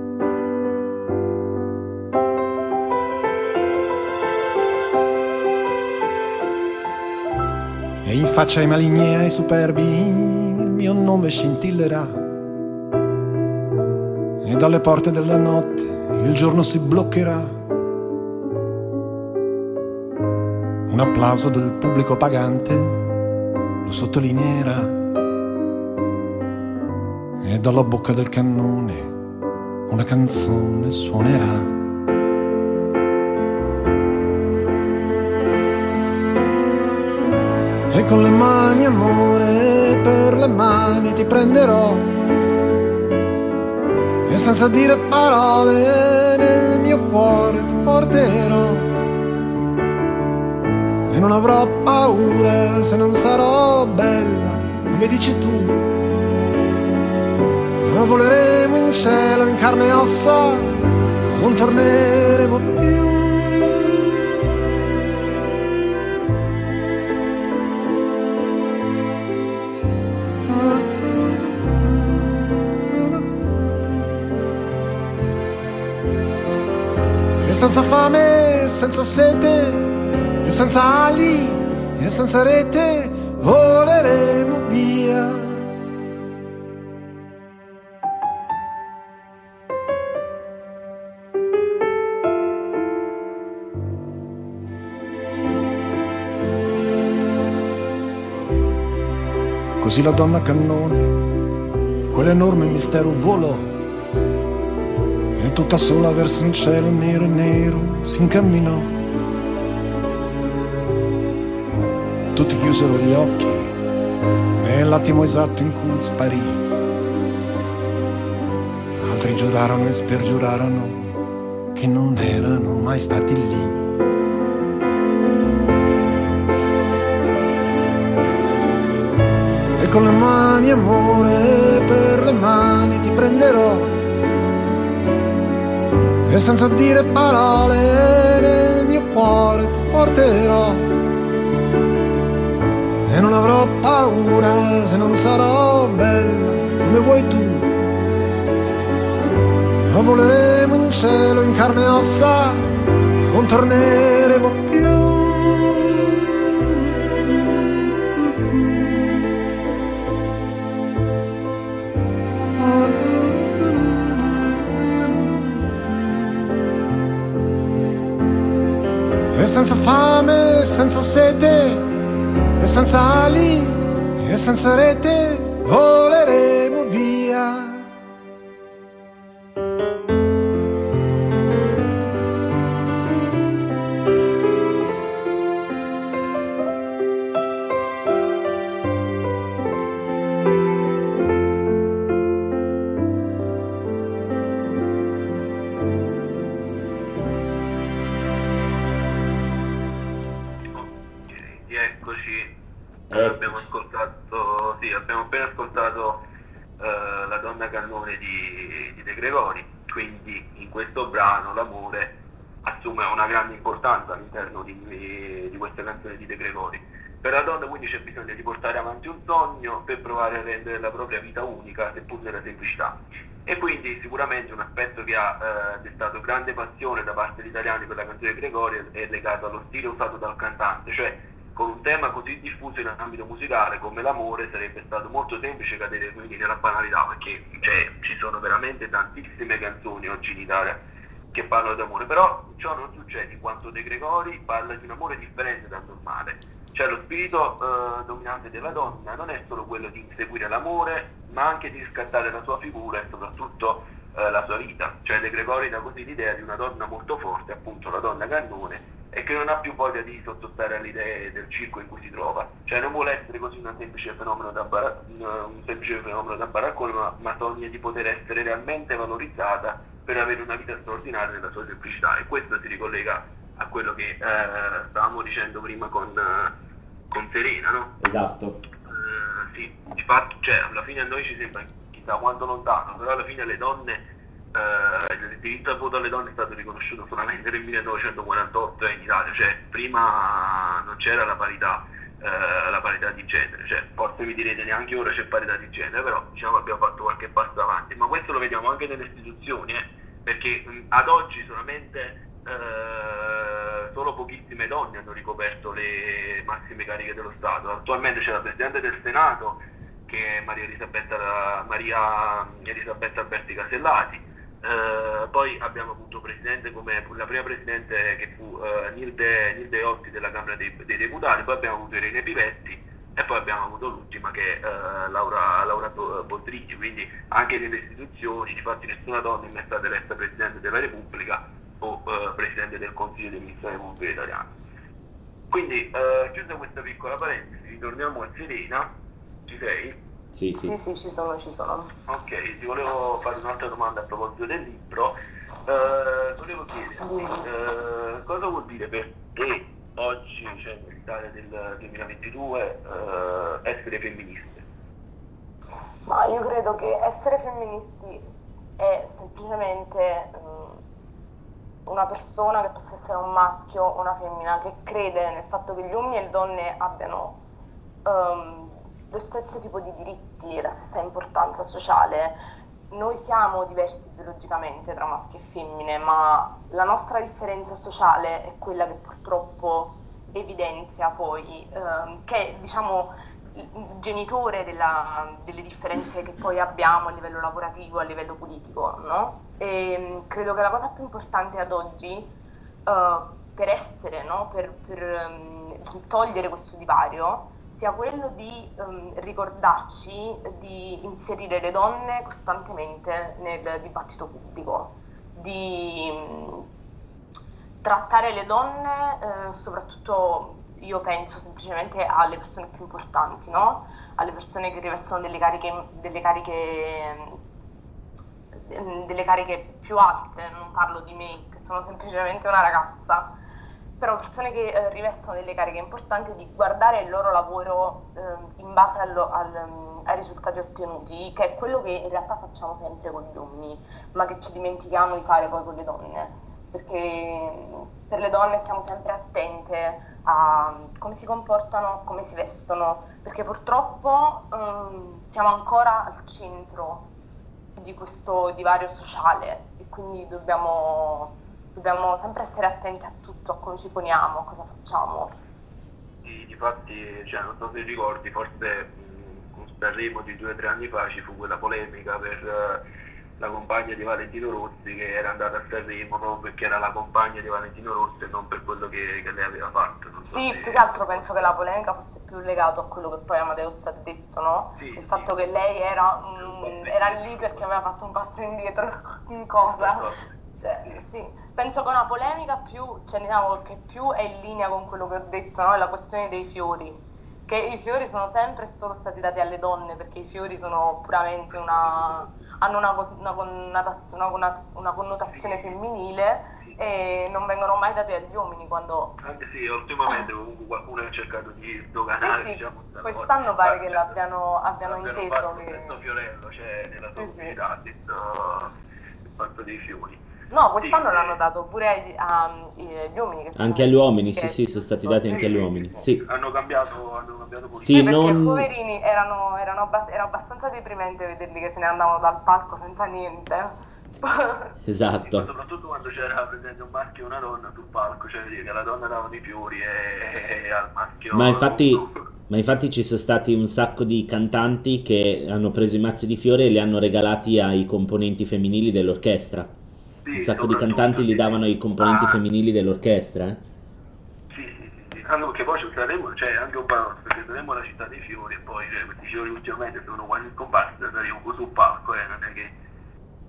E in faccia ai maligni e ai superbi il mio nome scintillerà. E dalle porte della notte il giorno si bloccherà. Un applauso del pubblico pagante lo sottolineerà. E dalla bocca del cannone una canzone suonerà. E con le mani, amore, per le mani ti prenderò. E senza dire parole nel mio cuore ti porterò. E non avrò paura se non sarò bella, come dici tu. Ma voleremo in cielo in carne e ossa, non torneremo più. E senza fame, senza sete, e senza ali, e senza rete, voleremo via. Così la donna cannone, quell'enorme mistero volò. E tutta sola verso il cielo nero e nero si incamminò. Tutti chiusero gli occhi nell'attimo esatto in cui sparì. Altri giurarono e spergiurarono che non erano mai stati lì. E con le mani, amore, per le mani ti prenderò. E senza dire parole nel mio cuore ti porterò. E non avrò paura se non sarò bella come vuoi tu. Ma voleremo in cielo in carne e ossa, non torneremo più. E senza fame, senza sete, e senza ali, e senza rete, voleremo via. Abbiamo ascoltato, sì, abbiamo appena ascoltato uh, La donna cannone di, di De Gregori, quindi in questo brano l'amore assume una grande importanza all'interno di, di questa canzone di De Gregori. Per la donna quindi c'è bisogno di portare avanti un sogno per provare a rendere la propria vita unica, seppur nella semplicità. E quindi sicuramente un aspetto che ha eh, destato grande passione da parte degli italiani per la canzone di Gregori è legato allo stile usato dal cantante, cioè con un tema così diffuso in ambito musicale come l'amore sarebbe stato molto semplice cadere quindi nella banalità, perché cioè, ci sono veramente tantissime canzoni oggi in Italia che parlano d'amore, però ciò non succede in quanto De Gregori parla di un amore differente dal normale. Cioè lo spirito eh, dominante della donna non è solo quello di inseguire l'amore, ma anche di riscattare la sua figura e soprattutto eh, la sua vita. Cioè De Gregori dà così l'idea di una donna molto forte, appunto la donna cannone, e che non ha più voglia di sottostare alle idee del circo in cui si trova. Cioè non vuole essere così un semplice fenomeno da, bar- un semplice fenomeno da baraccone, ma, ma sogna di poter essere realmente valorizzata per avere una vita straordinaria nella sua semplicità. E questo si ricollega a quello che eh, stavamo dicendo dicendo prima con, uh, con Serena, no? Esatto. Uh, sì, di fatto, cioè, alla fine a noi ci sembra chissà quanto lontano, però alla fine le donne, uh, il diritto al voto alle donne è stato riconosciuto solamente nel millenovecentoquarantotto in Italia, cioè prima non c'era la parità, uh, la parità di genere, cioè forse mi direte neanche ora c'è parità di genere, però diciamo abbiamo fatto qualche passo avanti, ma questo lo vediamo anche nelle istituzioni, eh, perché mh, ad oggi solamente Uh, solo pochissime donne hanno ricoperto le massime cariche dello Stato. Attualmente c'è la Presidente del Senato che è Maria Elisabetta, Maria Elisabetta Alberti Casellati, uh, poi abbiamo avuto presidente come la prima Presidente che fu uh, Nilde, Nilde Otti della Camera dei, dei Deputati, poi abbiamo avuto Irene Pivetti e poi abbiamo avuto l'ultima che è uh, Laura, Laura Boldrini, quindi anche nelle istituzioni infatti nessuna donna è mai stata eletta Presidente della Repubblica o uh, Presidente del Consiglio dei Ministri della Repubblica Italiana. Quindi, uh, chiusa questa piccola parentesi, ritorniamo a Serena. Ci sei? Sì, sì. Sì, sì, ci sono, ci sono. Ok, ti volevo fare un'altra domanda a proposito del libro. Uh, volevo chiederti, uh, cosa vuol dire per te oggi, cioè nell'Italia del duemilaventidue, uh, essere femministe? Ma io credo che essere femministi è semplicemente um, una persona che possa essere un maschio o una femmina che crede nel fatto che gli uomini e le donne abbiano um, lo stesso tipo di diritti e la stessa importanza sociale. Noi siamo diversi biologicamente tra maschi e femmine, ma la nostra differenza sociale è quella che purtroppo evidenzia poi um, che diciamo il genitore della, delle differenze che poi abbiamo a livello lavorativo, a livello politico, no? E credo che la cosa più importante ad oggi uh, per essere, no? per, per um, togliere questo divario sia quello di um, ricordarci di inserire le donne costantemente nel dibattito pubblico, di um, trattare le donne uh, soprattutto. Io penso semplicemente alle persone più importanti, no? Alle persone che rivestono delle cariche, delle cariche, delle cariche più alte, non parlo di me, che sono semplicemente una ragazza, però persone che eh, rivestono delle cariche importanti, di guardare il loro lavoro eh, in base allo, al, ai risultati ottenuti, che è quello che in realtà facciamo sempre con gli uomini, ma che ci dimentichiamo di fare poi con le donne, perché per le donne stiamo sempre attente a come si comportano, come si vestono, perché purtroppo um, siamo ancora al centro di questo divario sociale e quindi dobbiamo, dobbiamo sempre stare attenti a tutto, a come ci poniamo, a cosa facciamo. Sì, difatti, cioè, non so se ricordi, forse mh, con Sanremo di due o tre anni fa ci fu quella polemica per uh, la compagna di Valentino Rossi che era andata a Sanremo proprio perché era la compagna di Valentino Rossi e non per quello che, che lei aveva fatto. Non so sì, se... più che altro penso che la polemica fosse più legato a quello che poi Amadeus ha detto, no? Sì, il sì. fatto che lei era, mh, era lì perché aveva fatto un passo indietro in cosa. Cioè, sì. Penso che una polemica più, cioè, diciamo, che più è in linea con quello che ho detto, no? È la questione dei fiori. Che i fiori sono sempre solo stati dati alle donne perché i fiori sono puramente una... hanno una, una, una, una, una connotazione femminile e non vengono mai date agli uomini quando... Anche sì, ultimamente comunque qualcuno ha cercato di sdoganare, sì, sì. diciamo, Quest'anno pare che l'abbiano abbiano inteso fatto che... questo Fiorello, cioè nella sua sì, comunità ha detto il fatto dei fiori. No, quest'anno sì, l'hanno dato pure ai, agli uomini che sono Anche agli uomini, sì, che sì, sono stati dati anche agli uomini. Sì. Hanno cambiato, hanno cambiato politica. Sì, sì, perché non... poverini erano, erano abbast- era abbastanza deprimente vederli che se ne andavano dal palco senza niente. Esatto. Ma soprattutto quando c'era presente un maschio e una donna sul palco, cioè dire che alla donna davano i fiori e, e al maschio... Ma infatti, ma infatti ci sono stati un sacco di cantanti che hanno preso i mazzi di fiori e li hanno regalati ai componenti femminili dell'orchestra. Sì, un sacco di cantanti li davano ai componenti ah, femminili dell'orchestra, eh? Sì, sì, sì, sì. Anche perché poi ci saremo, cioè anche un panorama, perché saremo la città dei fiori e poi cioè, questi fiori ultimamente sono quasi scomparsi da stare un po' sul palco, eh, non è che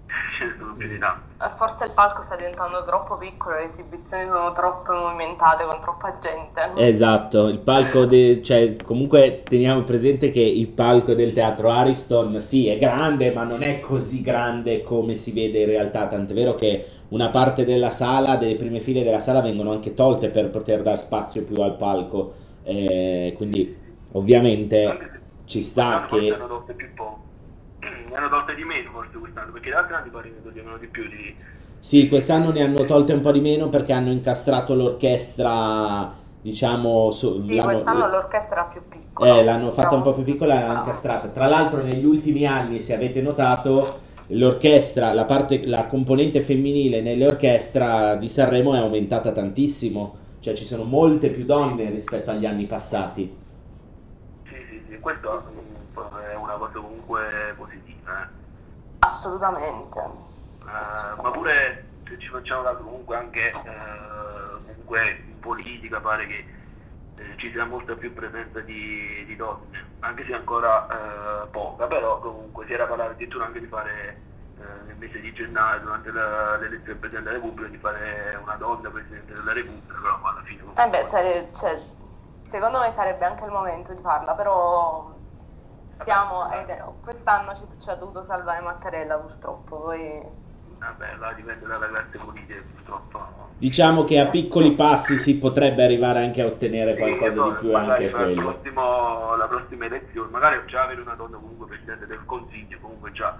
ce ne sono più di tanti. Forse il palco sta diventando troppo piccolo, le esibizioni sono troppo movimentate con troppa gente. Esatto, il palco, de- cioè comunque teniamo presente che il palco del teatro Ariston sì è grande, ma non è così grande come si vede in realtà, tant'è vero che una parte della sala, delle prime file della sala vengono anche tolte per poter dar spazio più al palco, eh, quindi ovviamente ci sta Forse che... hanno tolte più poco, ne hanno tolte di meno forse quest'anno, perché gli altri anni pare ne toglievano di più di... Sì, quest'anno ne hanno tolte un po' di meno perché hanno incastrato l'orchestra, diciamo... So, Sì, l'hanno- quest'anno l'orchestra era più piccola. Eh, l'hanno fatta un po' più piccola e l'hanno incastrata. Tra l'altro negli ultimi anni, se avete notato, l'orchestra, la parte, la componente femminile nell'orchestra di Sanremo è aumentata tantissimo. Cioè ci sono molte più donne rispetto agli anni passati. Sì, sì, sì, questo è una cosa comunque positiva, eh. Assolutamente. Eh, ma pure se ci facciamo caso comunque anche eh, comunque in politica pare che eh, ci sia molta più presenza di, di donne, anche se ancora eh, poca, però comunque si era parlato addirittura anche di fare eh, nel mese di gennaio durante la, l'elezione del Presidente della Repubblica di fare una donna Presidente della Repubblica, però alla fine comunque... Eh beh, sare- cioè, secondo me sarebbe anche il momento di farla, però siamo, ed è- quest'anno ci, ci ha dovuto salvare Mattarella purtroppo, poi... Vabbè, là dipende dalla classe politica purtroppo. No? Diciamo che a piccoli passi si potrebbe arrivare anche a ottenere Sì, qualcosa so, di più magari anche per il quello. prossimo, la prossima elezione, magari già avere una donna comunque Presidente del Consiglio, comunque già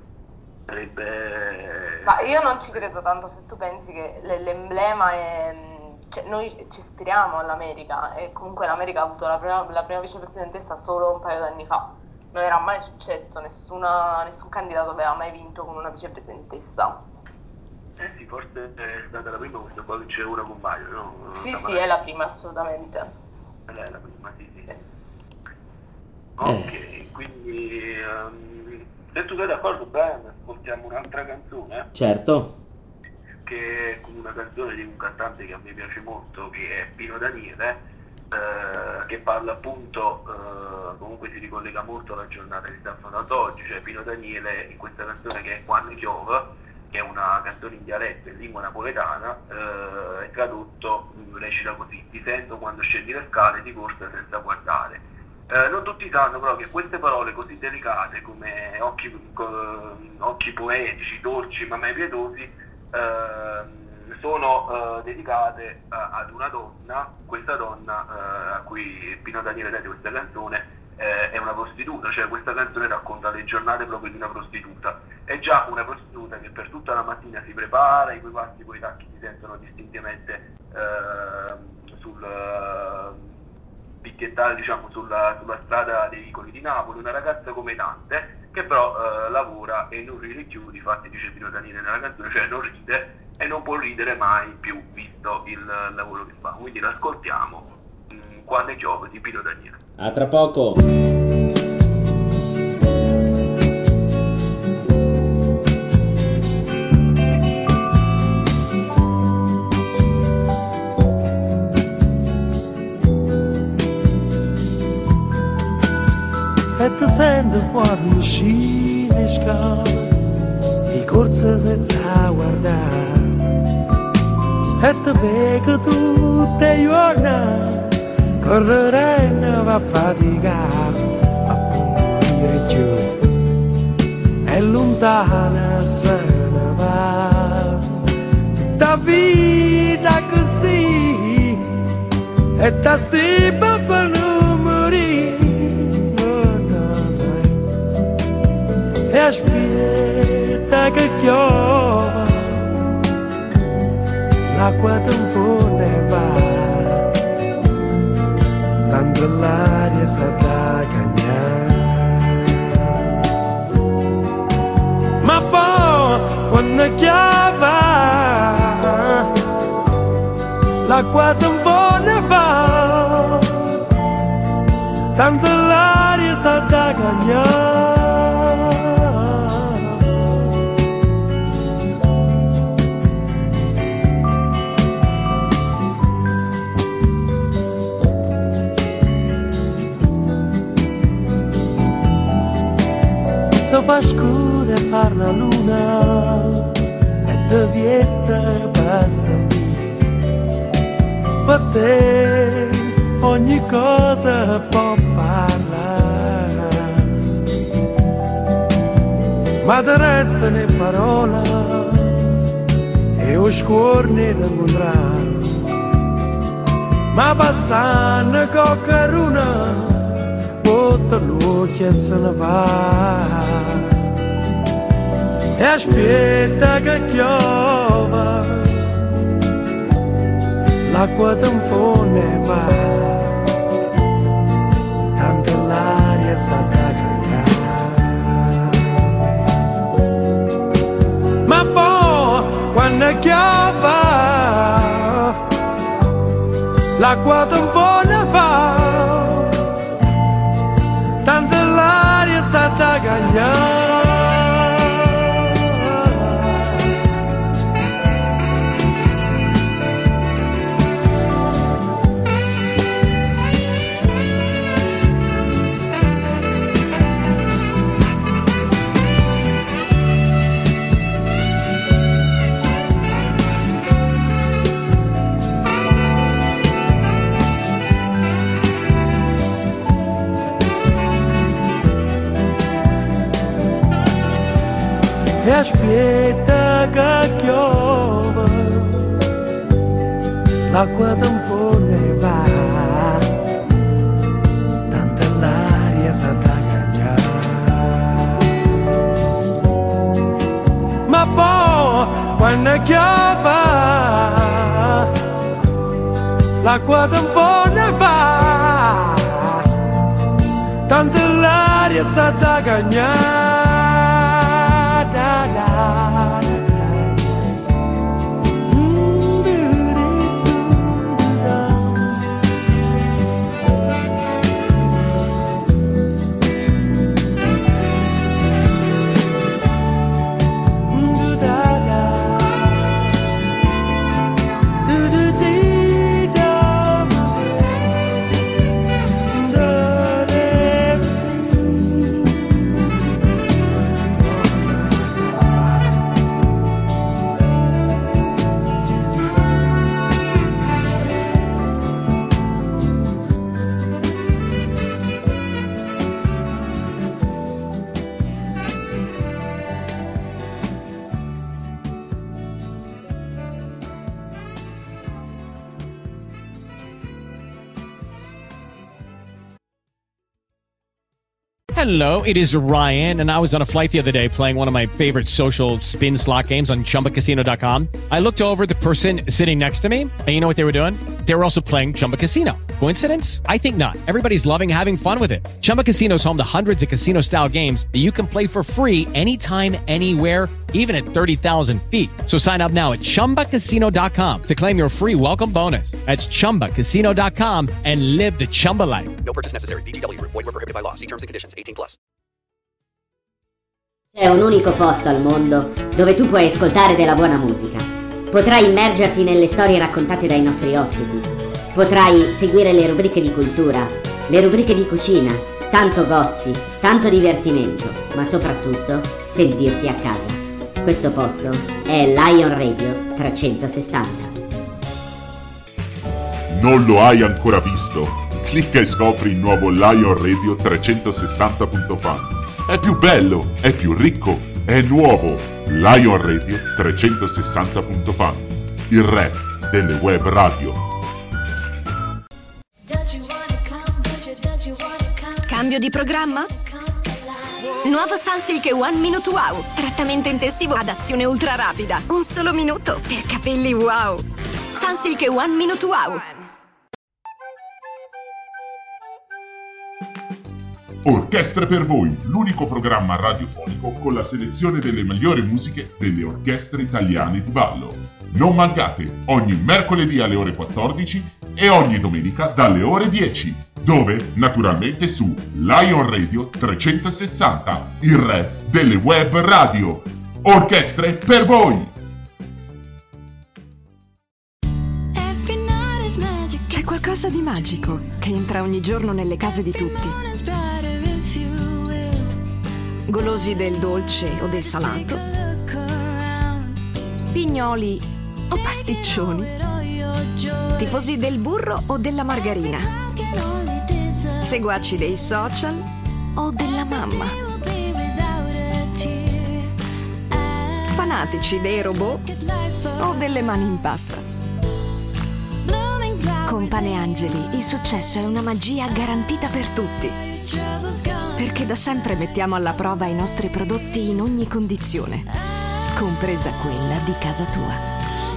sarebbe... Ma io non ci credo tanto se tu pensi che l- l'emblema è... Cioè, noi ci ispiriamo all'America e comunque l'America ha avuto la prima, la prima vicepresidentessa solo un paio d'anni fa. Non era mai successo, nessuna, nessun candidato aveva mai vinto con una vicepresidentessa. Eh sì, forse è stata la prima questa qua che c'è una con Mario, no? Sì, Una sì, male- è la prima assolutamente. Eh, è la prima, sì, sì. Ok, quindi ehm, se tu sei d'accordo, Brian, ascoltiamo un'altra canzone, Certo. che è una canzone di un cantante che a me piace molto, che è Pino Daniele, eh, che parla appunto, eh, comunque si ricollega molto alla giornata che sta affrontando oggi, cioè Pino Daniele in questa canzone che è Quando Chiove, che è una canzone in dialetto in lingua napoletana, eh, è tradotto, mh, recita così: ti sento quando scendi le scale di corsa senza guardare. Eh, non tutti sanno però che queste parole così delicate come occhi, co- occhi poetici, dolci ma mai pietosi, eh, sono eh, dedicate a- ad una donna. Questa donna eh, a cui Pino Daniele dedica questa canzone eh, è una prostituta, cioè questa canzone racconta le giornate proprio di una prostituta. È già una prostituta che per tutta la mattina si prepara, i cui passi, i cui tacchi si sentono distintivamente eh, sul eh, picchiettare, diciamo, sulla, sulla strada dei vicoli di Napoli, una ragazza come tante, che però eh, lavora e non ride più, difatti dice Pino Daniele nella canzone, cioè non ride e non può ridere mai più visto il lavoro che fa. Quindi l'ascoltiamo, mh, Quando Giove di Pino Daniele. A tra poco. E ti sento quando uscì le scale di corsa senza guardare e ti vedo tutte le giornate correre e ne va a faticare ma pure giù è lontana se ne va tutta vita così e ta stipa per non morire e aspetta che piova l'acqua tampone va tanto l'aria sa da cagnare ma poi quando chiava l'acqua tampone va tanto l'aria sa da cagnare. So fa scuro de far la luna e de fiesta passa per te ogni cosa può parlare, ma te resta ne parola e o scorne da incontrare, ma passando coccaruna tutta l'occhio se ne va e aspetta che piova, l'acqua tampone va, tanto l'aria sta da cantare, ma poi quando piova l'acqua tampone va, tanto l'aria sta da cagnare. E aspetta che piova, l'acqua tampone va, tanta l'aria sa da cagnare, ma poi quando piova l'acqua tampone va, tanta l'aria sa da cagnare. Da, da, Hello, it is Ryan, and I was on a flight the other day playing one of my favorite social spin slot games on Chumba Casino dot com. I looked over at the person sitting next to me, and you know what they were doing? They were also playing Chumba Casino. Coincidence? I think not. Everybody's loving having fun with it. Chumba Casino is home to hundreds of casino-style games that you can play for free anytime, anywhere, even at thirty thousand feet. So sign up now at Chumba Casino dot com to claim your free welcome bonus. That's Chumba Casino dot com and live the Chumba life. No purchase necessary. V G W. Void where prohibited by law. See terms and conditions. eighteen plus. C'è un unico posto al mondo dove tu puoi ascoltare della buona musica. Potrai immergerti nelle storie raccontate dai nostri ospiti. Potrai seguire le rubriche di cultura, le rubriche di cucina, tanto gossip, tanto divertimento, ma soprattutto sentirti a casa. Questo posto è Lion Radio trecentosessanta. Non lo hai ancora visto? Clicca e scopri il nuovo Lion Radio trecentosessanta punto fan. È più bello, è più ricco, è nuovo. Lion Radio trecentosessanta punto fan. Il re delle web radio. Cambio di programma? Nuovo Sunsilk One Minute Wow. Trattamento intensivo ad azione ultra rapida. Un solo minuto per capelli wow. Sunsilk One Minute Wow. Orchestre per voi, l'unico programma radiofonico con la selezione delle migliori musiche delle orchestre italiane di ballo. Non mancate, ogni mercoledì alle ore quattordici e ogni domenica dalle ore dieci, dove naturalmente su Lion Radio trecentosessanta, il re delle web radio. Orchestre per voi! C'è qualcosa di magico che entra ogni giorno nelle case di tutti. Golosi del dolce o del salato? Pignoli o pasticcioni? Tifosi del burro o della margarina? Seguaci dei social o della mamma? Fanatici dei robot o delle mani in pasta? Con Pane Angeli il successo è una magia garantita per tutti, perché da sempre mettiamo alla prova i nostri prodotti in ogni condizione, compresa quella di casa tua.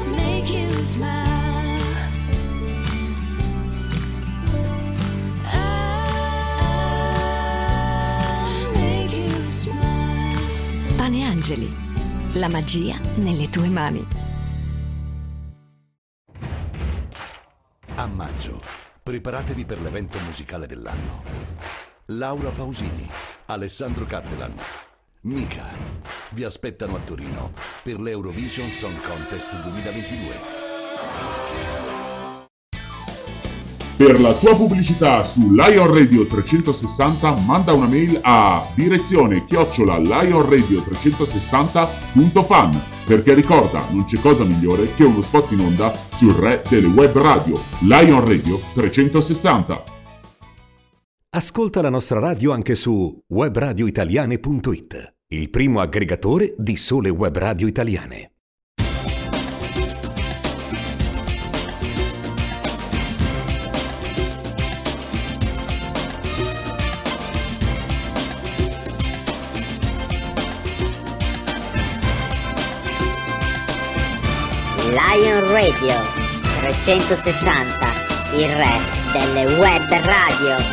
Pane Angeli, la magia nelle tue mani. A maggio, preparatevi per l'evento musicale dell'anno. Laura Pausini, Alessandro Cattelan, Mika vi aspettano a Torino per l'Eurovision Song Contest duemilaventidue. Per la tua pubblicità su Lion Radio trecentosessanta manda una mail a direzione chiocciola lionradio trecentosessanta punto fan, perché ricorda, non c'è cosa migliore che uno spot in onda sul re delle web radio, Lion Radio trecentosessanta. Ascolta la nostra radio anche su web radio italiane punto it, il primo aggregatore di sole web radio italiane. Lion Radio trecentosessanta, il re delle web radio.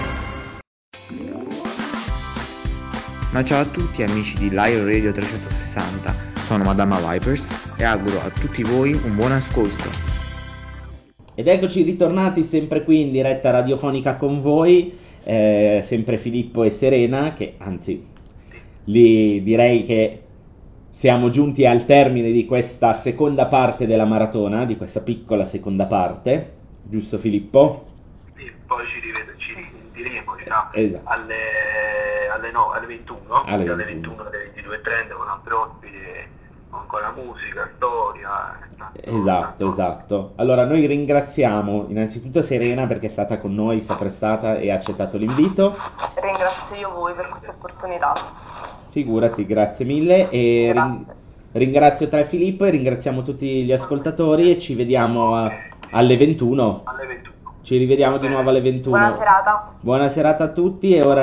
Ma ciao a tutti amici di Lion Radio trecentosessanta, sono Madama Vipers e auguro a tutti voi un buon ascolto. Ed eccoci ritornati sempre qui in diretta radiofonica con voi, eh, sempre Filippo e Serena, che anzi li direi che siamo giunti al termine di questa seconda parte della maratona, di questa piccola seconda parte, giusto Filippo? Sì, poi ci, rived- ci risentiremo diciamo, Esatto. alle, alle, no, alle ventuno, Alle alle ventuno. ventuno, alle ventidue e trenta con altri ospiti, con ancora musica, storia. Esatto, esatto. Allora noi ringraziamo innanzitutto Serena perché è stata con noi, si è prestata e ha accettato l'invito. Ringrazio io voi per questa opportunità. Figurati, grazie mille e ring- ringrazio te Filippo e ringraziamo tutti gli ascoltatori e ci vediamo a- alle ventuno. Alle ventuno. Ci rivediamo di nuovo alle ventuno. Buona serata. Buona serata a tutti e ora